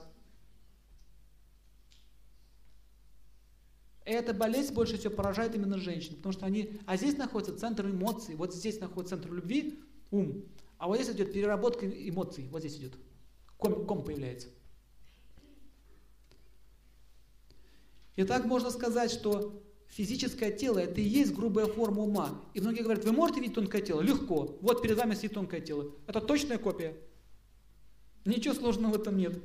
Эта болезнь больше всего поражает именно женщин, потому что они... А здесь находится центр эмоций, вот здесь находится центр любви, ум. А вот здесь идет переработка эмоций, вот здесь идет. Ком появляется. Итак, можно сказать, что физическое тело – это и есть грубая форма ума. И многие говорят, вы можете видеть тонкое тело? Легко. Вот перед вами сидит тонкое тело. Это точная копия. Ничего сложного в этом нет.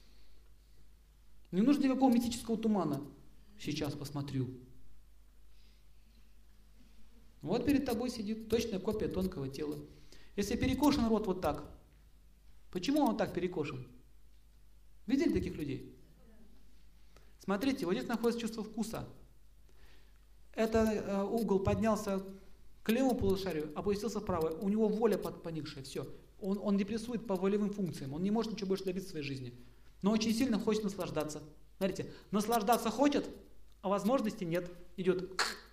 Не нужно никакого мистического тумана. Сейчас посмотрю. Вот перед тобой сидит точная копия тонкого тела. Если перекошен рот вот так, почему он так перекошен? Видели таких людей? Смотрите, вот здесь находится чувство вкуса. Это угол поднялся к левому полушарию, опустился вправо. У него воля поникшая, все. Он депрессует по волевым функциям, он не может ничего больше добиться в своей жизни. Но очень сильно хочет наслаждаться. Смотрите, наслаждаться хочет, а возможности нет. Идет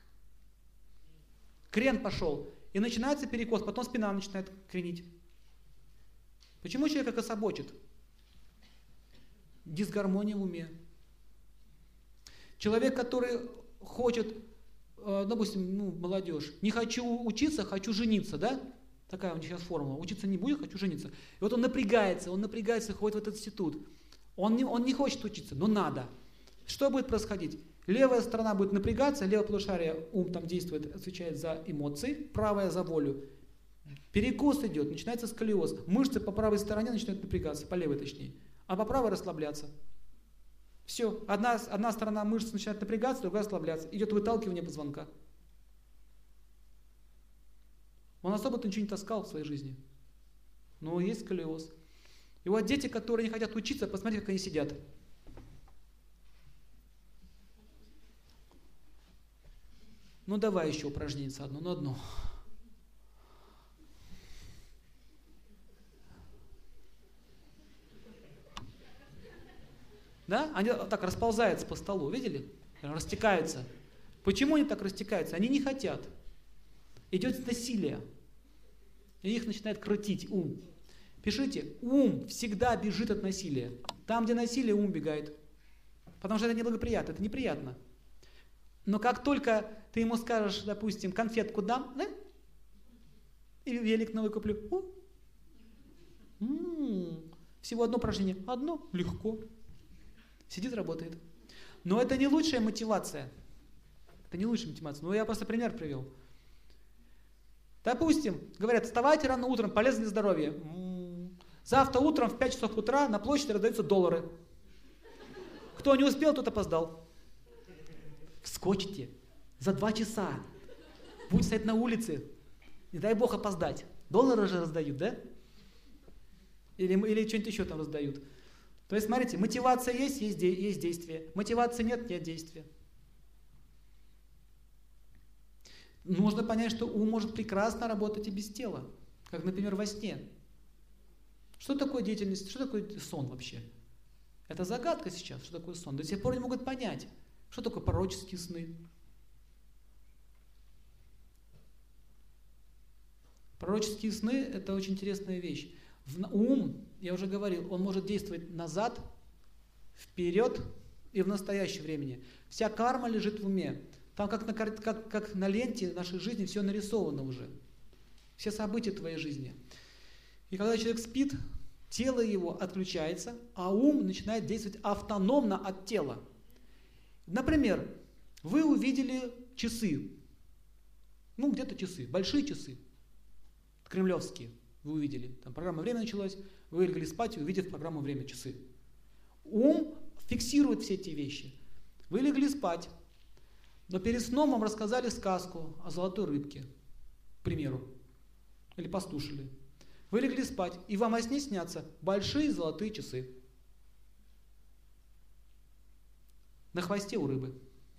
крен пошел. И начинается перекос, потом спина начинает кренить. Почему человек кособочит? Дисгармония в уме. Человек, который хочет, допустим, молодежь, не хочу учиться, хочу жениться, да? Такая у них сейчас формула. Учиться не будет, хочу жениться. И вот он напрягается, ходит в этот институт. Он не хочет учиться, но надо. Что будет происходить? Левая сторона будет напрягаться, левое полушарие, ум там действует, отвечает за эмоции, правая за волю. Перекос идет, начинается сколиоз. Мышцы по правой стороне начинают напрягаться, по левой точнее, а по правой расслабляться. Все, одна сторона мышц начинает напрягаться, другая расслабляться. Идет выталкивание позвонка. Он особо-то ничего не таскал в своей жизни. Но есть сколиоз. И вот дети, которые не хотят учиться, посмотрите, как они сидят. Ну давай еще упражнение одно, ну одно. Да? Они так расползаются по столу, видели? Растекаются. Почему они так растекаются? Они не хотят. Идет насилие. И их начинает крутить ум. Пишите, ум всегда бежит от насилия. Там, где насилие, ум бегает. Потому что это неблагоприятно, это неприятно. Но как только ты ему скажешь, допустим, конфетку дам, да? И велик новый куплю. Всего одно упражнение. Одно, легко. Сидит, работает. Но это не лучшая мотивация. Это не лучшая мотивация. Но я просто пример привел. Допустим, говорят, вставайте рано утром, полезно для здоровья. Завтра утром в 5 часов утра на площади раздаются доллары. Кто не успел, тот опоздал. Вскочите за 2 часа. Будете стоять на улице. Не дай бог опоздать. Доллары же раздают, да? Или что-нибудь еще там раздают. То есть, смотрите, мотивация есть действие. Мотивации нет действия. Нужно понять, что ум может прекрасно работать и без тела. Как, например, во сне. Что такое деятельность, что такое сон вообще? Это загадка сейчас, что такое сон. До сих пор не могут понять, что такое пророческие сны. Пророческие сны – это очень интересная вещь. Ум, я уже говорил, он может действовать назад, вперед и в настоящее время. Вся карма лежит в уме. Там как на ленте нашей жизни все нарисовано уже. Все события твоей жизни. И когда человек спит, тело его отключается, а ум начинает действовать автономно от тела. Например, вы увидели часы. Где-то часы, большие часы, кремлевские. Вы увидели, там программа «Время» началась, вы легли спать, увидев программу «Время», часы. Ум фиксирует все эти вещи. Вы легли спать, но перед сном вам рассказали сказку о золотой рыбке, к примеру, или послушали. Вы легли спать, и вам во сне снятся большие золотые часы. На хвосте у рыбы.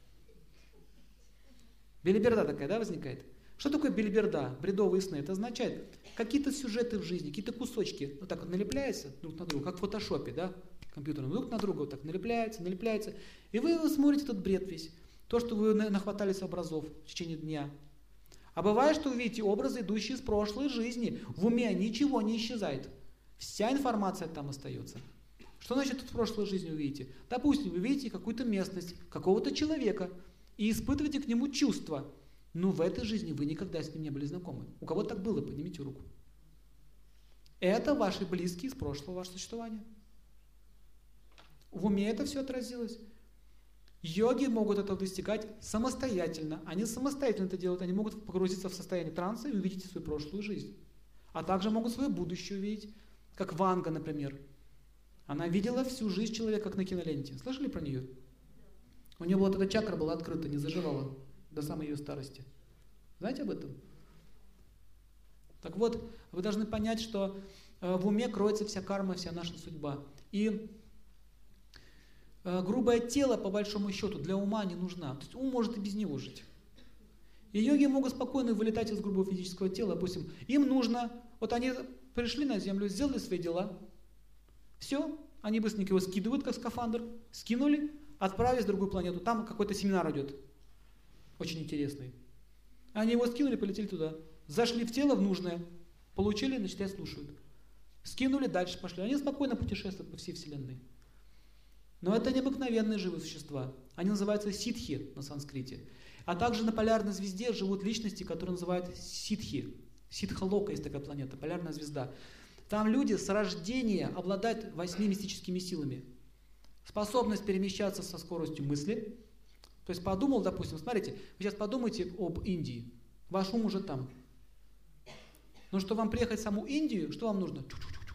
Белиберда такая, да, возникает? Что такое белиберда, бредовые сны? Это означает, какие-то сюжеты в жизни, какие-то кусочки вот так вот налепляются друг на друга, как в фотошопе, да, компьютером, друг на друга вот так налепляется, и вы смотрите этот бред весь, то, что вы нахватались образов в течение дня. А бывает, что вы видите образы, идущие из прошлой жизни, в уме ничего не исчезает, вся информация там остается. Что значит в прошлой жизни вы видите? Допустим, вы видите какую-то местность, какого-то человека, и испытываете к нему чувства. Но в этой жизни вы никогда с ним не были знакомы. У кого так было? Поднимите руку. Это ваши близкие из прошлого вашего существования. В уме это все отразилось. Йоги могут этого достигать самостоятельно. Они самостоятельно это делают. Они могут погрузиться в состояние транса и увидеть свою прошлую жизнь. А также могут свое будущее увидеть. Как Ванга, например. Она видела всю жизнь человека, как на киноленте. Слышали про нее? У нее вот эта чакра была открыта, не заживала до самой ее старости. Знаете об этом? Так вот, вы должны понять, что в уме кроется вся карма, вся наша судьба. И грубое тело, по большому счету, для ума не нужна. То есть ум может и без него жить. И йоги могут спокойно вылетать из грубого физического тела. Допустим, им нужно, вот они пришли на землю, сделали свои дела. Все, они быстренько его скидывают, как скафандр, скинули, отправились в другую планету. Там какой-то семинар идет. Очень интересный. Они его скинули, полетели туда. Зашли в тело, в нужное. Получили, значит, и слушают. Скинули, дальше пошли. Они спокойно путешествуют по всей Вселенной. Но это необыкновенные живые существа. Они называются ситхи на санскрите. А также на полярной звезде живут личности, которые называют ситхи. Ситхалока есть такая планета, полярная звезда. Там люди с рождения обладают 8 мистическими силами. Способность перемещаться со скоростью мысли. То есть подумал, допустим, смотрите, вы сейчас подумайте об Индии. Ваш ум уже там. Но чтобы вам приехать в саму Индию, что вам нужно?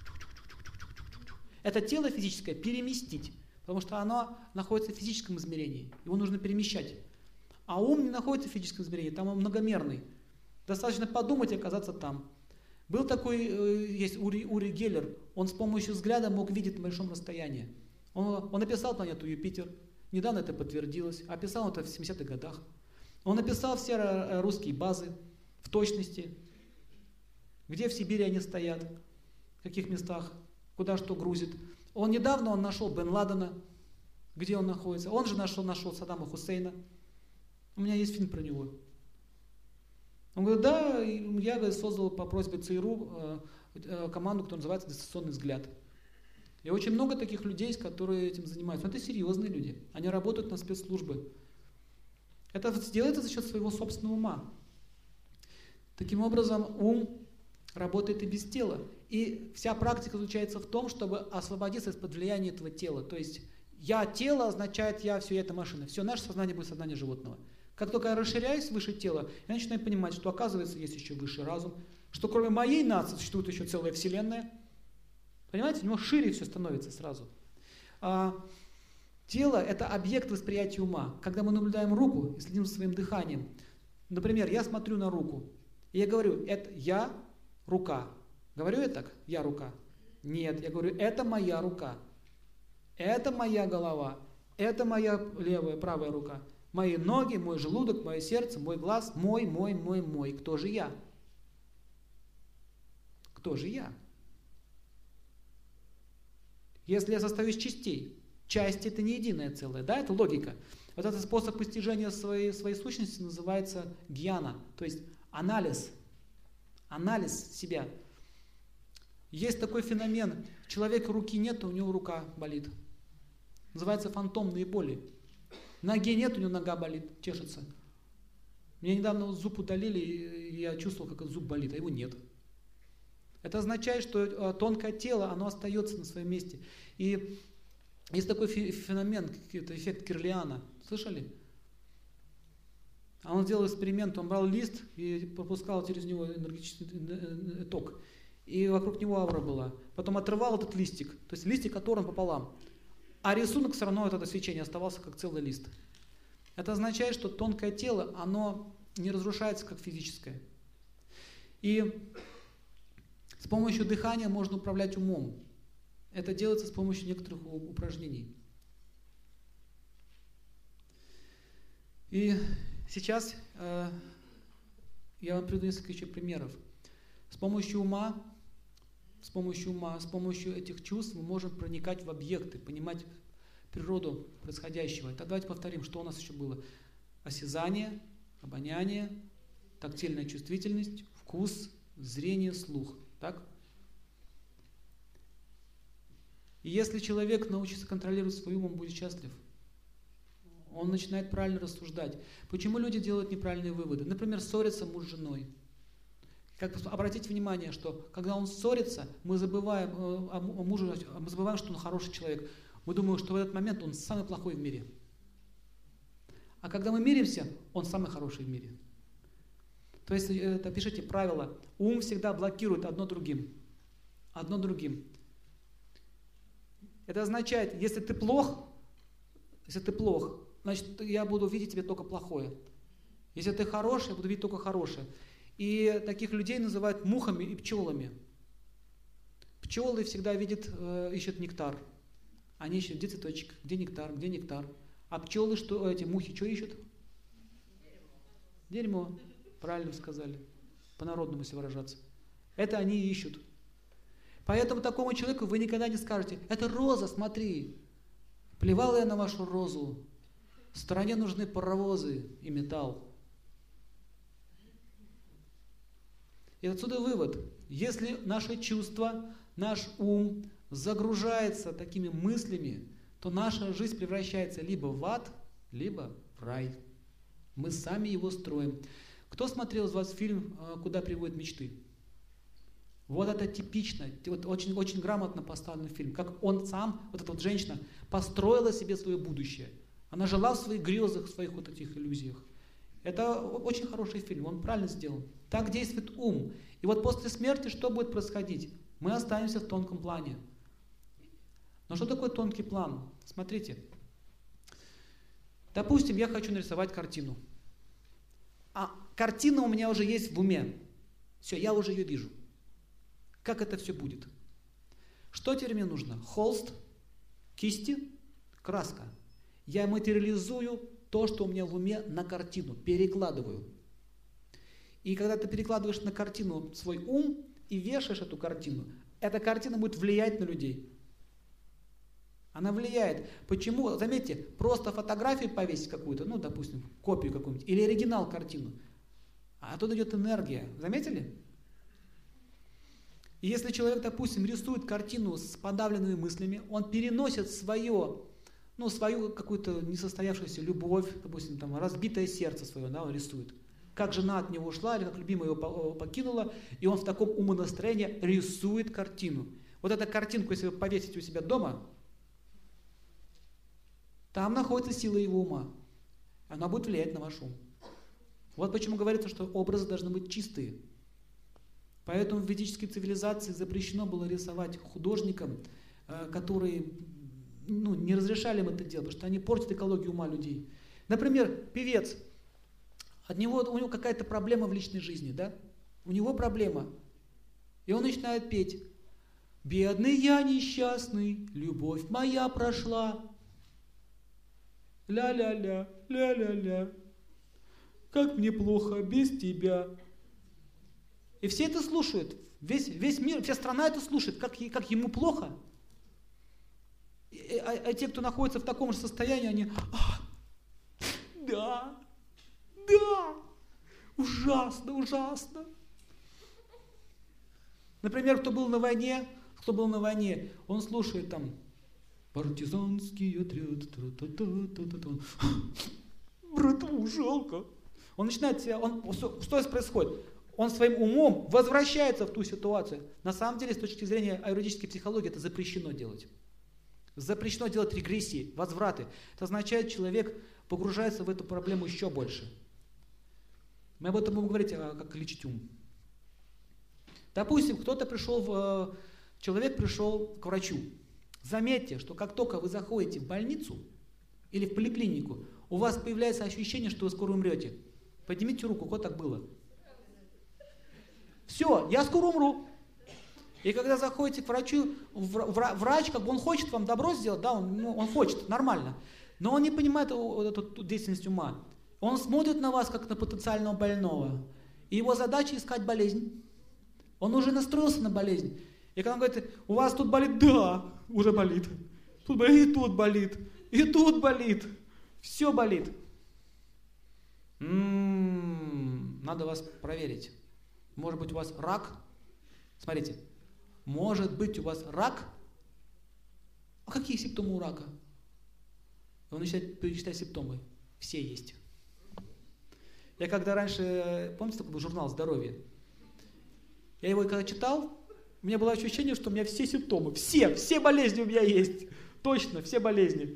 Это тело физическое переместить. Потому что оно находится в физическом измерении. Его нужно перемещать. А ум не находится в физическом измерении, там он многомерный. Достаточно подумать и оказаться там. Был такой, есть Ури Геллер, он с помощью взгляда мог видеть на большом расстоянии. Он описал планету Юпитер. Недавно это подтвердилось. Описал это в 70-х годах. Он описал все русские базы в точности. Где в Сибири они стоят, в каких местах, куда что грузит. Недавно нашел Бен Ладена, где он находится. Он же нашел Саддама Хусейна. У меня есть фильм про него. Он говорит, да, я создал по просьбе ЦРУ команду, которая называется «Дистанционный взгляд». И очень много таких людей, которые этим занимаются. Но это серьезные люди. Они работают на спецслужбы. Это делается за счет своего собственного ума. Таким образом, ум работает и без тела. И вся практика заключается в том, чтобы освободиться из-под влияния этого тела. То есть «я тело» означает «я все, это машина». Все, наше сознание будет сознание животного. Как только я расширяюсь выше тела, я начинаю понимать, что оказывается есть еще высший разум, что кроме моей нации существует еще целая вселенная. Понимаете, у него шире все становится сразу. Тело – это объект восприятия ума. Когда мы наблюдаем руку и следим за своим дыханием, например, я смотрю на руку, И я говорю, это я рука. Говорю я так? Я рука. Нет, я говорю, это моя рука. Это моя голова. Это моя левая, правая рука. Мои ноги, мой желудок, мое сердце, мой глаз, мой. Кто же я? Кто же я? Если я состою из частей, части это не единое целое, да, это логика. Вот этот способ постижения своей сущности называется гьяна, то есть анализ себя. Есть такой феномен, человека руки нет, а у него рука болит. Называется фантомные боли. Ноги нет, у него нога болит, чешется. Мне недавно зуб удалили, и я чувствовал, как этот зуб болит, а его нет. Это означает, что тонкое тело, оно остается на своем месте. И есть такой феномен, это эффект Кирлиана. Слышали? Он сделал эксперимент, он брал лист и пропускал через него энергетический ток. И вокруг него аура была. Потом отрывал этот листик, то есть листик оторван пополам. А рисунок все равно, это свечение оставался как целый лист. Это означает, что тонкое тело, оно не разрушается, как физическое. И с помощью дыхания можно управлять умом. Это делается с помощью некоторых упражнений. И сейчас я вам приведу несколько еще примеров. С помощью ума, с помощью этих чувств мы можем проникать в объекты, понимать природу происходящего. Итак, давайте повторим, что у нас еще было. Осязание, обоняние, тактильная чувствительность, вкус, зрение, слух. Так? И если человек научится контролировать свой ум, он будет счастлив. Он начинает правильно рассуждать. Почему люди делают неправильные выводы? Например, ссорится муж с женой. Обратите внимание, что когда он ссорится, мы забываем о муже, мы забываем, что он хороший человек. Мы думаем, что в этот момент он самый плохой в мире. А когда мы миримся, он самый хороший в мире. То есть, пишите правило, ум всегда блокирует одно другим. Одно другим. Это означает, если ты плох, значит, я буду видеть тебе только плохое. Если ты хороший, я буду видеть только хорошее. И таких людей называют мухами и пчелами. Пчелы всегда ищут нектар. Они ищут, где цветочек, где нектар, где нектар. А пчелы, эти мухи, что ищут? Дерьмо. Правильно сказали. По-народному, если выражаться. Это они ищут. Поэтому такому человеку вы никогда не скажете, это роза, смотри. Плевал я на вашу розу. Стране нужны паровозы и металл. И отсюда вывод. Если наше чувство, наш ум загружается такими мыслями, то наша жизнь превращается либо в ад, либо в рай. Мы сами его строим. Кто смотрел из вас фильм «Куда приводят мечты»? Вот это типично, вот очень, очень грамотно поставленный фильм. Как он сам, вот эта вот женщина, построила себе свое будущее. Она жила в своих грезах, в своих вот этих иллюзиях. Это очень хороший фильм, он правильно сделан. Так действует ум. И вот после смерти что будет происходить? Мы останемся в тонком плане. Но что такое тонкий план? Смотрите. Допустим, я хочу нарисовать картину. А картина у меня уже есть в уме. Все, я уже ее вижу. Как это все будет? Что теперь мне нужно? Холст, кисти, краска. Я материализую то, что у меня в уме, на картину, перекладываю. И когда ты перекладываешь на картину свой ум и вешаешь эту картину, эта картина будет влиять на людей. Она влияет. Почему? Заметьте, просто фотографию повесить какую-то, ну, допустим, копию какую-нибудь, или оригинал картину, а оттуда идет энергия. Заметили? И если человек, допустим, рисует картину с подавленными мыслями, он переносит свою какую-то несостоявшуюся любовь, допустим, там, разбитое сердце свое, да, он рисует. Как жена от него ушла, или как любимая его покинула, и он в таком умонастроении рисует картину. Вот эту картинку, если вы повесите у себя дома, там находится сила его ума. Она будет влиять на ваш ум. Вот почему говорится, что образы должны быть чистые. Поэтому в ведической цивилизации запрещено было рисовать художникам, которые не разрешали им это делать, потому что они портят экологию ума людей. Например, певец, у него какая-то проблема в личной жизни, да? У него проблема. И он начинает петь. «Бедный я несчастный, любовь моя прошла. Ля-ля-ля, ля-ля-ля, как мне плохо без тебя». И все это слушают. Весь мир, вся страна это слушает, как ему плохо. А те, кто находится в таком же состоянии, они: да, ужасно, ужасно. Например, кто был на войне, он слушает там партизанский отряд, братву жалко. Он начинает себя, что происходит? Он своим умом возвращается в ту ситуацию. На самом деле, с точки зрения аюрведической психологии, это запрещено делать. Запрещено делать регрессии, возвраты. Это означает, человек погружается в эту проблему еще больше. Мы об этом будем говорить, как лечить ум. Допустим, человек пришел к врачу. Заметьте, что как только вы заходите в больницу или в поликлинику, у вас появляется ощущение, что вы скоро умрете. Поднимите руку, как так было? Все, я скоро умру. И когда заходите к врачу, врач, как бы он хочет вам добро сделать, да, он хочет, нормально. Но он не понимает эту деятельность ума. Он смотрит на вас, как на потенциального больного. И его задача искать болезнь. Он уже настроился на болезнь. И когда он говорит: у вас тут болит, да, уже болит. Тут болит, и тут болит, и тут болит. Все болит. Надо вас проверить. Может быть, у вас рак? Смотрите. Может быть, у вас рак? А какие симптомы у рака? Он начинает перечислять симптомы. Все есть. Я когда раньше, помните, такой был журнал «Здоровье»? Я его когда читал, у меня было ощущение, что у меня все симптомы, все болезни у меня есть. Точно, все болезни.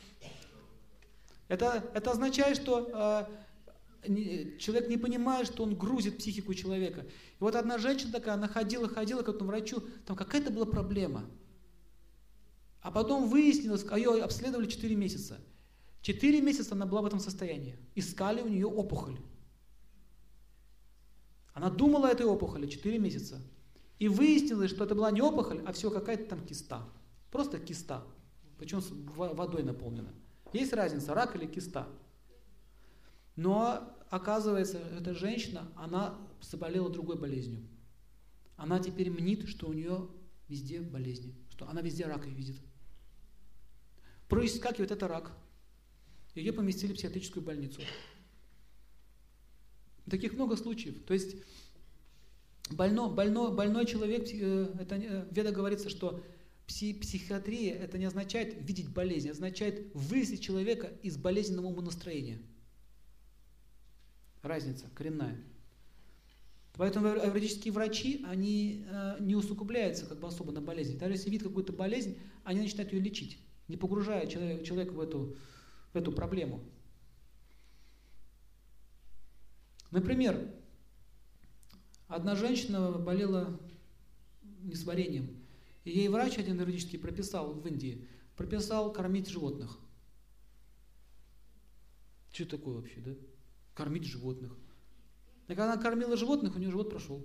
Это означает, что человек не понимает, что он грузит психику человека. И вот одна женщина такая, она ходила к этому врачу, там какая-то была проблема. А потом выяснилось, ее обследовали 4 месяца. 4 месяца она была в этом состоянии. Искали у нее опухоль. Она думала о этой опухоли 4 месяца. И выяснилось, что это была не опухоль, а всего какая-то там киста. Просто киста. Причем с водой наполнена. Есть разница, рак или киста. Но оказывается, эта женщина, она заболела другой болезнью. Она теперь мнит, что у нее везде болезни, что она везде рак видит. Проискакивает это рак. Ее поместили в психиатрическую больницу. Таких много случаев. То есть больной человек, в Ведах говорится, что психиатрия это не означает видеть болезнь, означает вывести человека из болезненного умонастроения. Разница коренная. Поэтому аюрведические врачи, они не усугубляются как бы особо на болезнь. Даже если видят какую-то болезнь, они начинают ее лечить, не погружая человека в эту проблему. Например, одна женщина болела несварением. И ей врач один аюрведический прописал в Индии, кормить животных. Что такое вообще, да? Кормить животных. И когда она кормила животных, у нее живот прошел.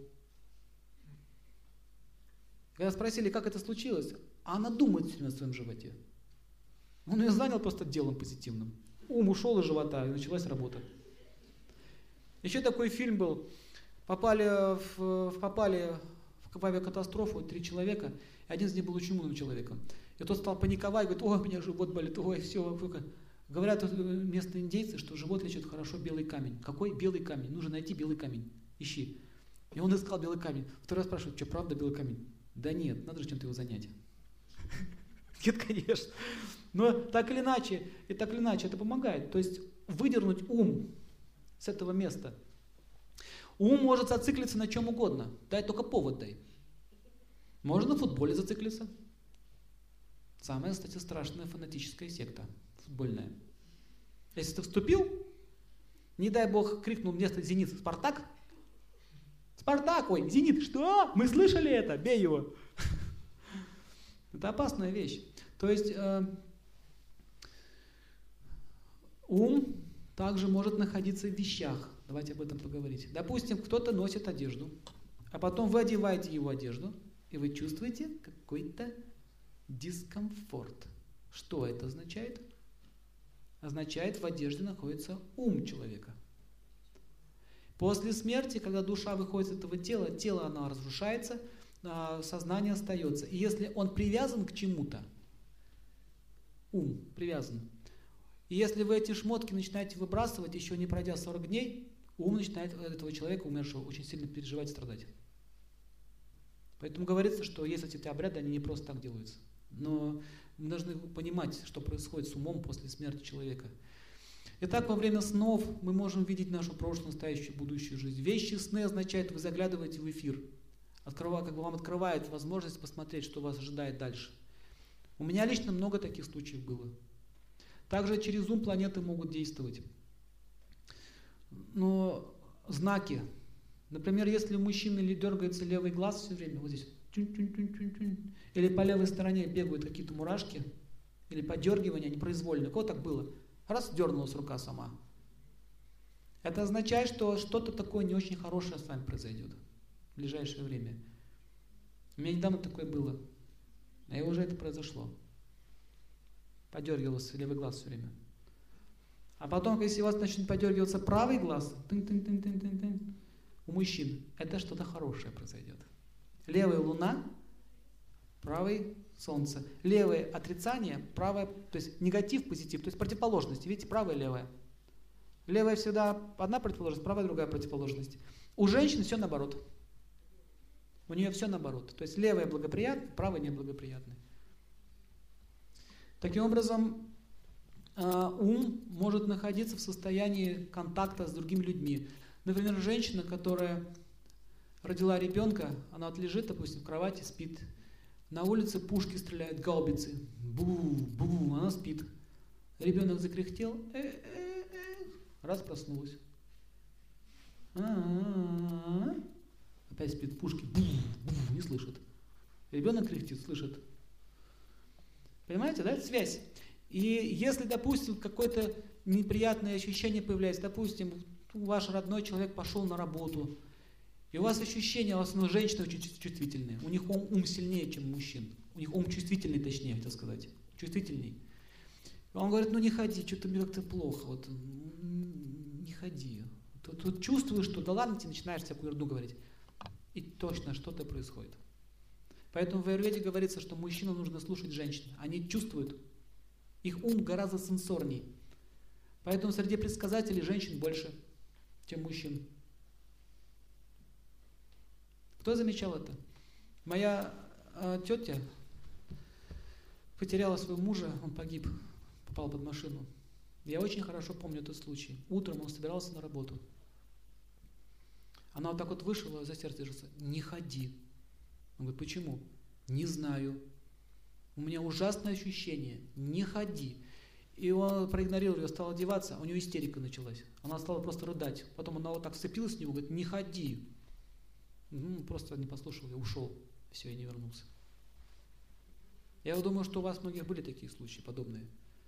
Когда спросили, как это случилось, а она думает все время о своем животе. Он ее занял просто делом позитивным. Ум ушел из живота, и началась работа. Еще такой фильм был. Попали в авиакатастрофу 3 человека, и один из них был очень умным человеком. И тот стал паниковать, говорит: ой, у меня живот болит, ой, все. Говорят местные индейцы, что живот лечит хорошо белый камень. Какой белый камень? Нужно найти белый камень. Ищи. И он искал белый камень. Второй раз спрашивает: что, правда белый камень? Да нет, надо же чем-то его занять. Нет, конечно. Но так или иначе это помогает. То есть выдернуть ум с этого места. Ум может зациклиться на чем угодно. Дай только повод дай. Можно на футболе зациклиться. Самая, кстати, страшная фанатическая секта. Футбольная. Если ты вступил, не дай бог крикнул вместо «Зенит» «Спартак». «Спартак», ой, «Зенит», что? Мы слышали это, бей его. Это опасная вещь. То есть ум также может находиться в вещах. Давайте об этом поговорить. Допустим, кто-то носит одежду, а потом вы одеваете его одежду, и вы чувствуете какой-то дискомфорт. Что это означает? Означает, в одежде находится ум человека. После смерти, когда душа выходит из этого тела, тело оно разрушается, сознание остается. И если он привязан к чему-то, ум привязан, и если вы эти шмотки начинаете выбрасывать, еще не пройдя 40 дней, ум начинает этого человека, умершего, очень сильно переживать и страдать. Поэтому говорится, что есть эти обряды, они не просто так делаются. Но мы должны понимать, что происходит с умом после смерти человека. Итак, во время снов мы можем видеть нашу прошлую, настоящую, будущую жизнь. Вещи сны означают, вы заглядываете в эфир. Вам открывает возможность посмотреть, что вас ожидает дальше. У меня лично много таких случаев было. Также через ум планеты могут действовать. Но знаки. Например, если у мужчины дергается левый глаз все время, вот здесь, или по левой стороне бегают какие-то мурашки, или подергивания непроизвольные. Вот так было. Раз, дернулась рука сама. Это означает, что что-то такое не очень хорошее с вами произойдет в ближайшее время. У меня недавно такое было. И уже это произошло. Подергивался левый глаз все время. А потом, если у вас начнет подергиваться правый глаз, у мужчин, это что-то хорошее произойдет. Левая луна, правый солнце. Левое отрицание, правое, то есть негатив, позитив, то есть противоположность. Видите, правая и левая. Левая всегда одна противоположность, правая другая противоположность. У женщин все наоборот. У нее все наоборот. То есть левая благоприятная, правая неблагоприятная. Таким образом, ум может находиться в состоянии контакта с другими людьми. Например, женщина, которая родила ребенка, она вот лежит, допустим, в кровати, спит. На улице пушки стреляют, гаубицы. Бу-бу, она спит. Ребенок закряхтел, раз проснулась. Опять спит, пушки, не слышит. Ребенок кряхтит, слышит. Понимаете, да, это связь. И если, допустим, какое-то неприятное ощущение появляется, допустим, ваш родной человек пошел на работу, и у вас ощущение, у вас женщины очень чувствительные, у них ум сильнее, чем у мужчин. У них ум чувствительный, точнее, хотел сказать, чувствительный. И он говорит, не ходи, что-то мне как-то плохо, вот, не ходи. Тут чувствуешь, что да ладно, ты начинаешь всякую ерунду говорить. И точно что-то происходит. Поэтому в аюрведе говорится, что мужчинам нужно слушать женщин. Они чувствуют. Их ум гораздо сенсорней. Поэтому среди предсказателей женщин больше, чем мужчин. Кто замечал это? Моя тетя потеряла своего мужа, он погиб, попал под машину. Я очень хорошо помню этот случай. Утром он собирался на работу. Она вот так вот вышла, за сердце держится. Не ходи. Он говорит, почему? Не знаю. У меня ужасное ощущение. Не ходи. И он проигнорировал ее, стал одеваться, у нее истерика началась. Она стала просто рыдать. Потом она вот так вцепилась в него, говорит, не ходи. Просто не послушал, я ушел. Все, и не вернулся. Я думаю, что у вас многих были такие случаи подобные.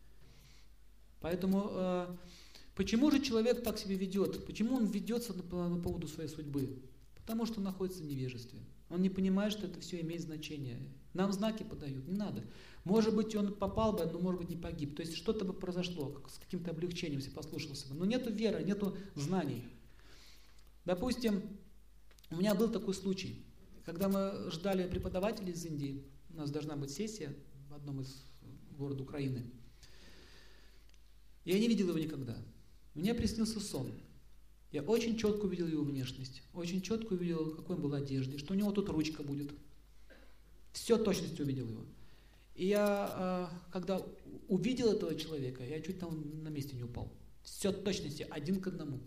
Поэтому, почему же человек так себя ведет? Почему он ведется по поводу своей судьбы? Потому что он находится в невежестве. Он не понимает, что это все имеет значение. Нам знаки подают, не надо. Может быть, он попал бы, но может быть не погиб. То есть что-то бы произошло, с каким-то облегчением, если послушался бы. Но нету веры, нету знаний. Допустим, у меня был такой случай, когда мы ждали преподавателей из Индии. У нас должна быть сессия в одном из городов Украины. Я не видел его никогда. Мне приснился сон. Я очень четко увидел его внешность, очень четко увидел, в какой он был одежде, что у него тут ручка будет. Все точностью увидел его. И я, когда увидел этого человека, я чуть там на месте не упал. Все точности, 1 к 1.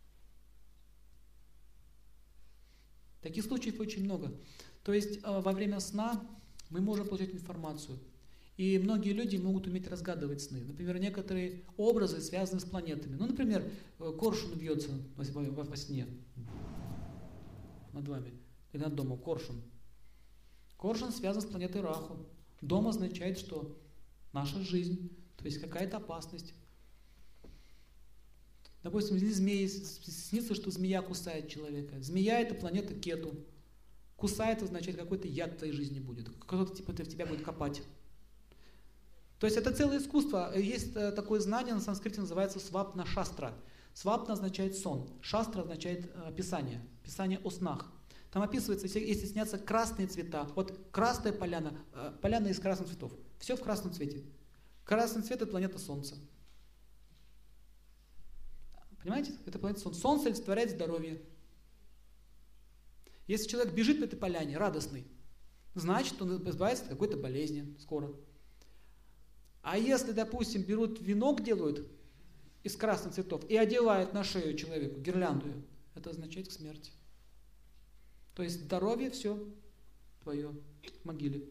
Таких случаев очень много. То есть во время сна мы можем получать информацию. И многие люди могут уметь разгадывать сны. Например, некоторые образы связаны с планетами. Например, коршун бьется во сне над вами или над домом. Коршун. Коршун связан с планетой Раху. Дом означает, что наша жизнь, то есть какая-то опасность. Допустим, змеи, снится, что змея кусает человека. Змея — это планета Кету. Кусает означает, какой-то яд в твоей жизни будет. Кто-то типа в тебя будет копать. То есть это целое искусство. Есть такое знание на санскрите, называется свапна-шастра. Свапна означает сон. Шастра означает писание. Писание о снах. Там описывается, если снятся красные цвета. Вот красная поляна, поляна из красных цветов. Все в красном цвете. Красный цвет — это планета Солнца. Понимаете? Это планета Солнца. Солнце олицетворяет здоровье. Если человек бежит по этой поляне, радостный, значит, он избавится от какой-то болезни скоро. А если, допустим, берут венок, делают из красных цветов и одевают на шею человеку гирлянду, это означает смерть. То есть здоровье все твое в могиле.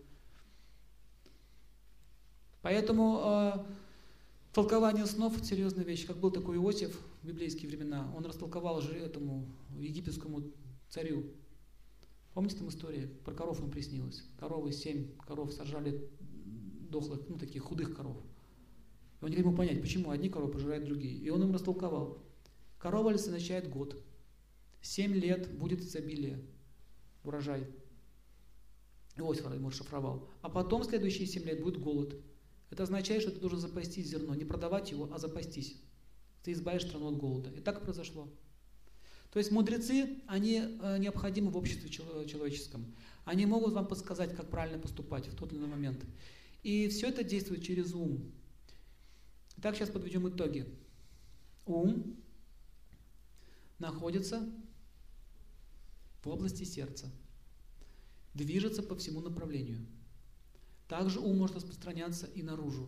Поэтому толкование снов — это серьезная вещь. Как был такой Иосиф в библейские времена, он растолковал же этому египетскому царю. Помните там историю? Про коров ему приснилось. Коровы, 7 коров сожрали дохлых, таких худых коров. И он не мог понять, почему одни коровы пожирают другие. И он им растолковал. Корова означает год. 7 лет будет изобилие, урожай. Иосиф ему расшифровал. А потом следующие 7 лет будет голод. Это означает, что ты должен запастись зерно. Не продавать его, а запастись. Ты избавишь страну от голода. И так произошло. То есть мудрецы, они необходимы в обществе человеческом. Они могут вам подсказать, как правильно поступать в тот или иной момент. И все это действует через ум. Итак, сейчас подведем итоги. Ум находится в области сердца. Движется по всему направлению. Также ум может распространяться и наружу.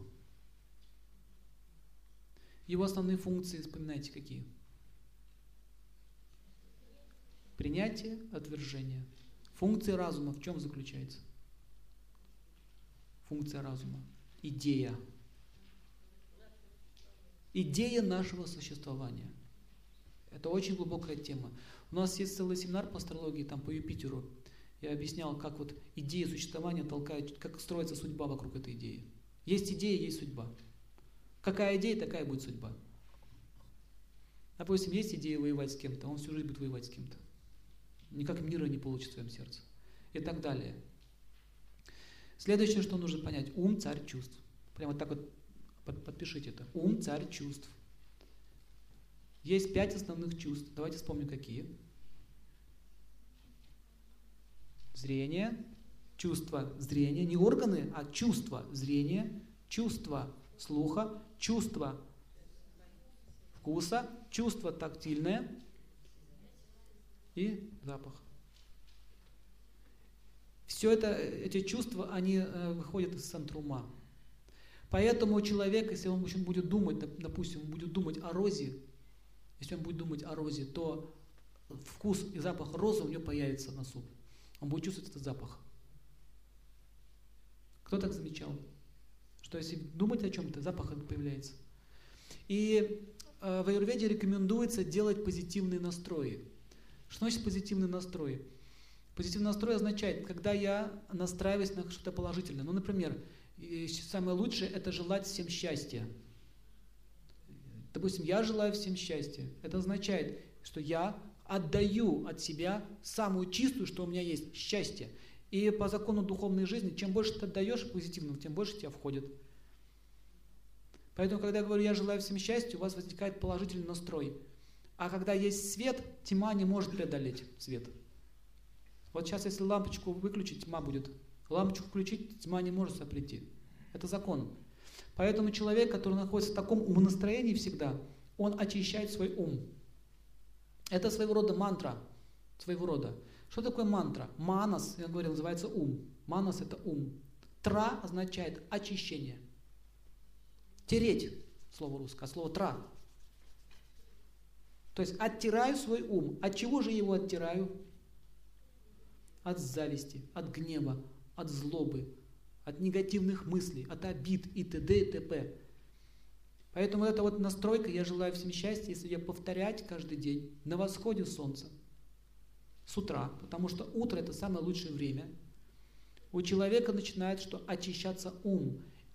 Его основные функции, вспоминайте, какие? Принятие, отвержение. Функция разума в чем заключается? Функция разума. Идея. Идея нашего существования. Это очень глубокая тема. У нас есть целый семинар по астрологии, там по Юпитеру. Я объяснял, как вот идея существования толкает, как строится судьба вокруг этой идеи. Есть идея, есть судьба. Какая идея, такая будет судьба. Допустим, есть идея воевать с кем-то, он всю жизнь будет воевать с кем-то. Никак мира не получит в своем сердце. И так далее. Следующее, что нужно понять. Ум — царь чувств. Прямо так вот подпишите это. Ум — царь чувств. Есть 5 основных чувств. Давайте вспомним, какие. Зрение, чувство зрения. Не органы, а чувство зрения, чувство слуха, чувство вкуса, чувство тактильное и запах. Все это, эти чувства, они выходят из центра ума. Поэтому человек, если он будет думать, допустим, он будет думать о розе, если он будет думать о розе, то вкус и запах розы у него появится в носу. Он будет чувствовать этот запах. Кто так замечал? Что если думать о чем-то, запах появляется. И в аюрведе рекомендуется делать позитивные настрои. Что значит позитивный настрой? Позитивный настрой означает, когда я настраиваюсь на что-то положительное. Ну, например, самое лучшее — это желать всем счастья. Допустим, я желаю всем счастья. Это означает, что я отдаю от себя самую чистую, что у меня есть, счастье. И по закону духовной жизни, чем больше ты отдаешь позитивного, тем больше тебя входит. Поэтому, когда я говорю, я желаю всем счастья, у вас возникает положительный настрой. А когда есть свет, тьма не может преодолеть свет. Вот сейчас, если лампочку выключить, тьма будет. Лампочку включить, тьма не может сюда прийти. Это закон. Поэтому человек, который находится в таком умонастроении всегда, он очищает свой ум. Это своего рода мантра. Своего рода. Что такое мантра? Манас, я говорил, называется ум. Манас — это ум. Тра означает очищение. Тереть, слово русское, а слово тра. То есть оттираю свой ум. От чего же его оттираю? От зависти, от гнева, от злобы, от негативных мыслей, от обид и т.д. и т.п. Поэтому эта вот настройка, я желаю всем счастья, если ее повторять каждый день на восходе солнца, с утра, потому что утро — это самое лучшее время, у человека начинает очищаться ум.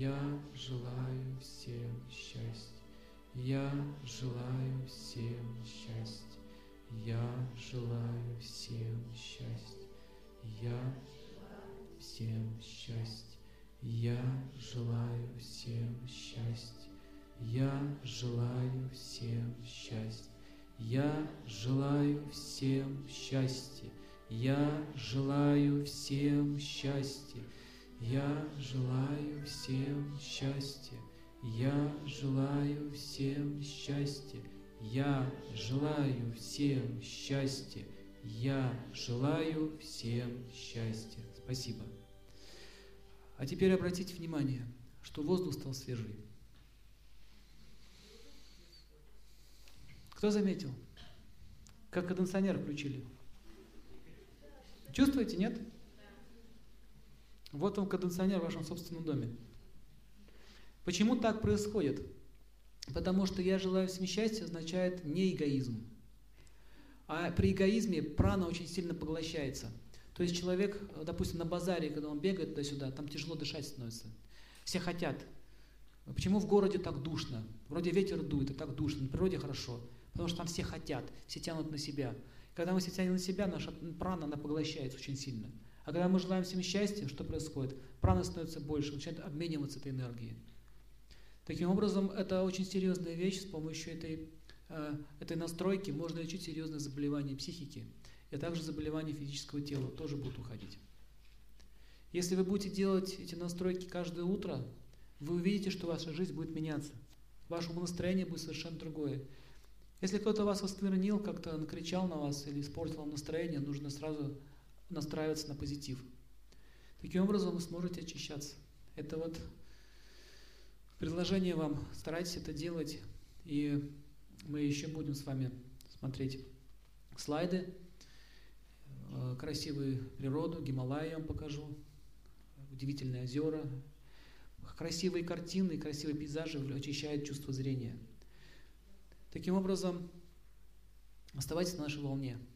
Я желаю всем счастья. Я желаю всем счастья. Я желаю всем счастья. Я всем счастья. Я желаю всем счастья. Я желаю всем счастья. Я желаю всем счастья. Я желаю всем счастья. Я желаю всем счастья. Я желаю всем счастья. Я желаю всем счастья. Я желаю всем счастья. Спасибо. А теперь обратите внимание, что воздух стал свежий. Кто заметил? Как кондиционер включили? Чувствуете, нет? Вот он, кондиционер в вашем собственном доме. Почему так происходит? Потому что «я желаю всем счастья» означает не эгоизм. А при эгоизме прана очень сильно поглощается. То есть человек, допустим, на базаре, когда он бегает туда-сюда, там тяжело дышать становится. Все хотят. Почему в городе так душно? Вроде ветер дует, и так душно, на природе хорошо. Потому что там все хотят, все тянут на себя. Когда мы все тянем на себя, наша прана, она поглощается очень сильно. А когда мы желаем всем счастья, что происходит? Прана становится больше, начинает обмениваться этой энергией. Таким образом, это очень серьезная вещь. С помощью этой настройки можно лечить серьезные заболевания психики. И также заболевания физического тела тоже будут уходить. Если вы будете делать эти настройки каждое утро, вы увидите, что ваша жизнь будет меняться. Ваше настроение будет совершенно другое. Если кто-то вас осквернил, как-то накричал на вас или испортил вам настроение, нужно сразу настраиваться на позитив. Таким образом вы сможете очищаться. Это вот предложение вам. Старайтесь это делать. И мы еще будем с вами смотреть слайды. Красивую природу, Гималайи я вам покажу. Удивительные озера. Красивые картины, красивые пейзажи очищают чувство зрения. Таким образом, оставайтесь на нашей волне.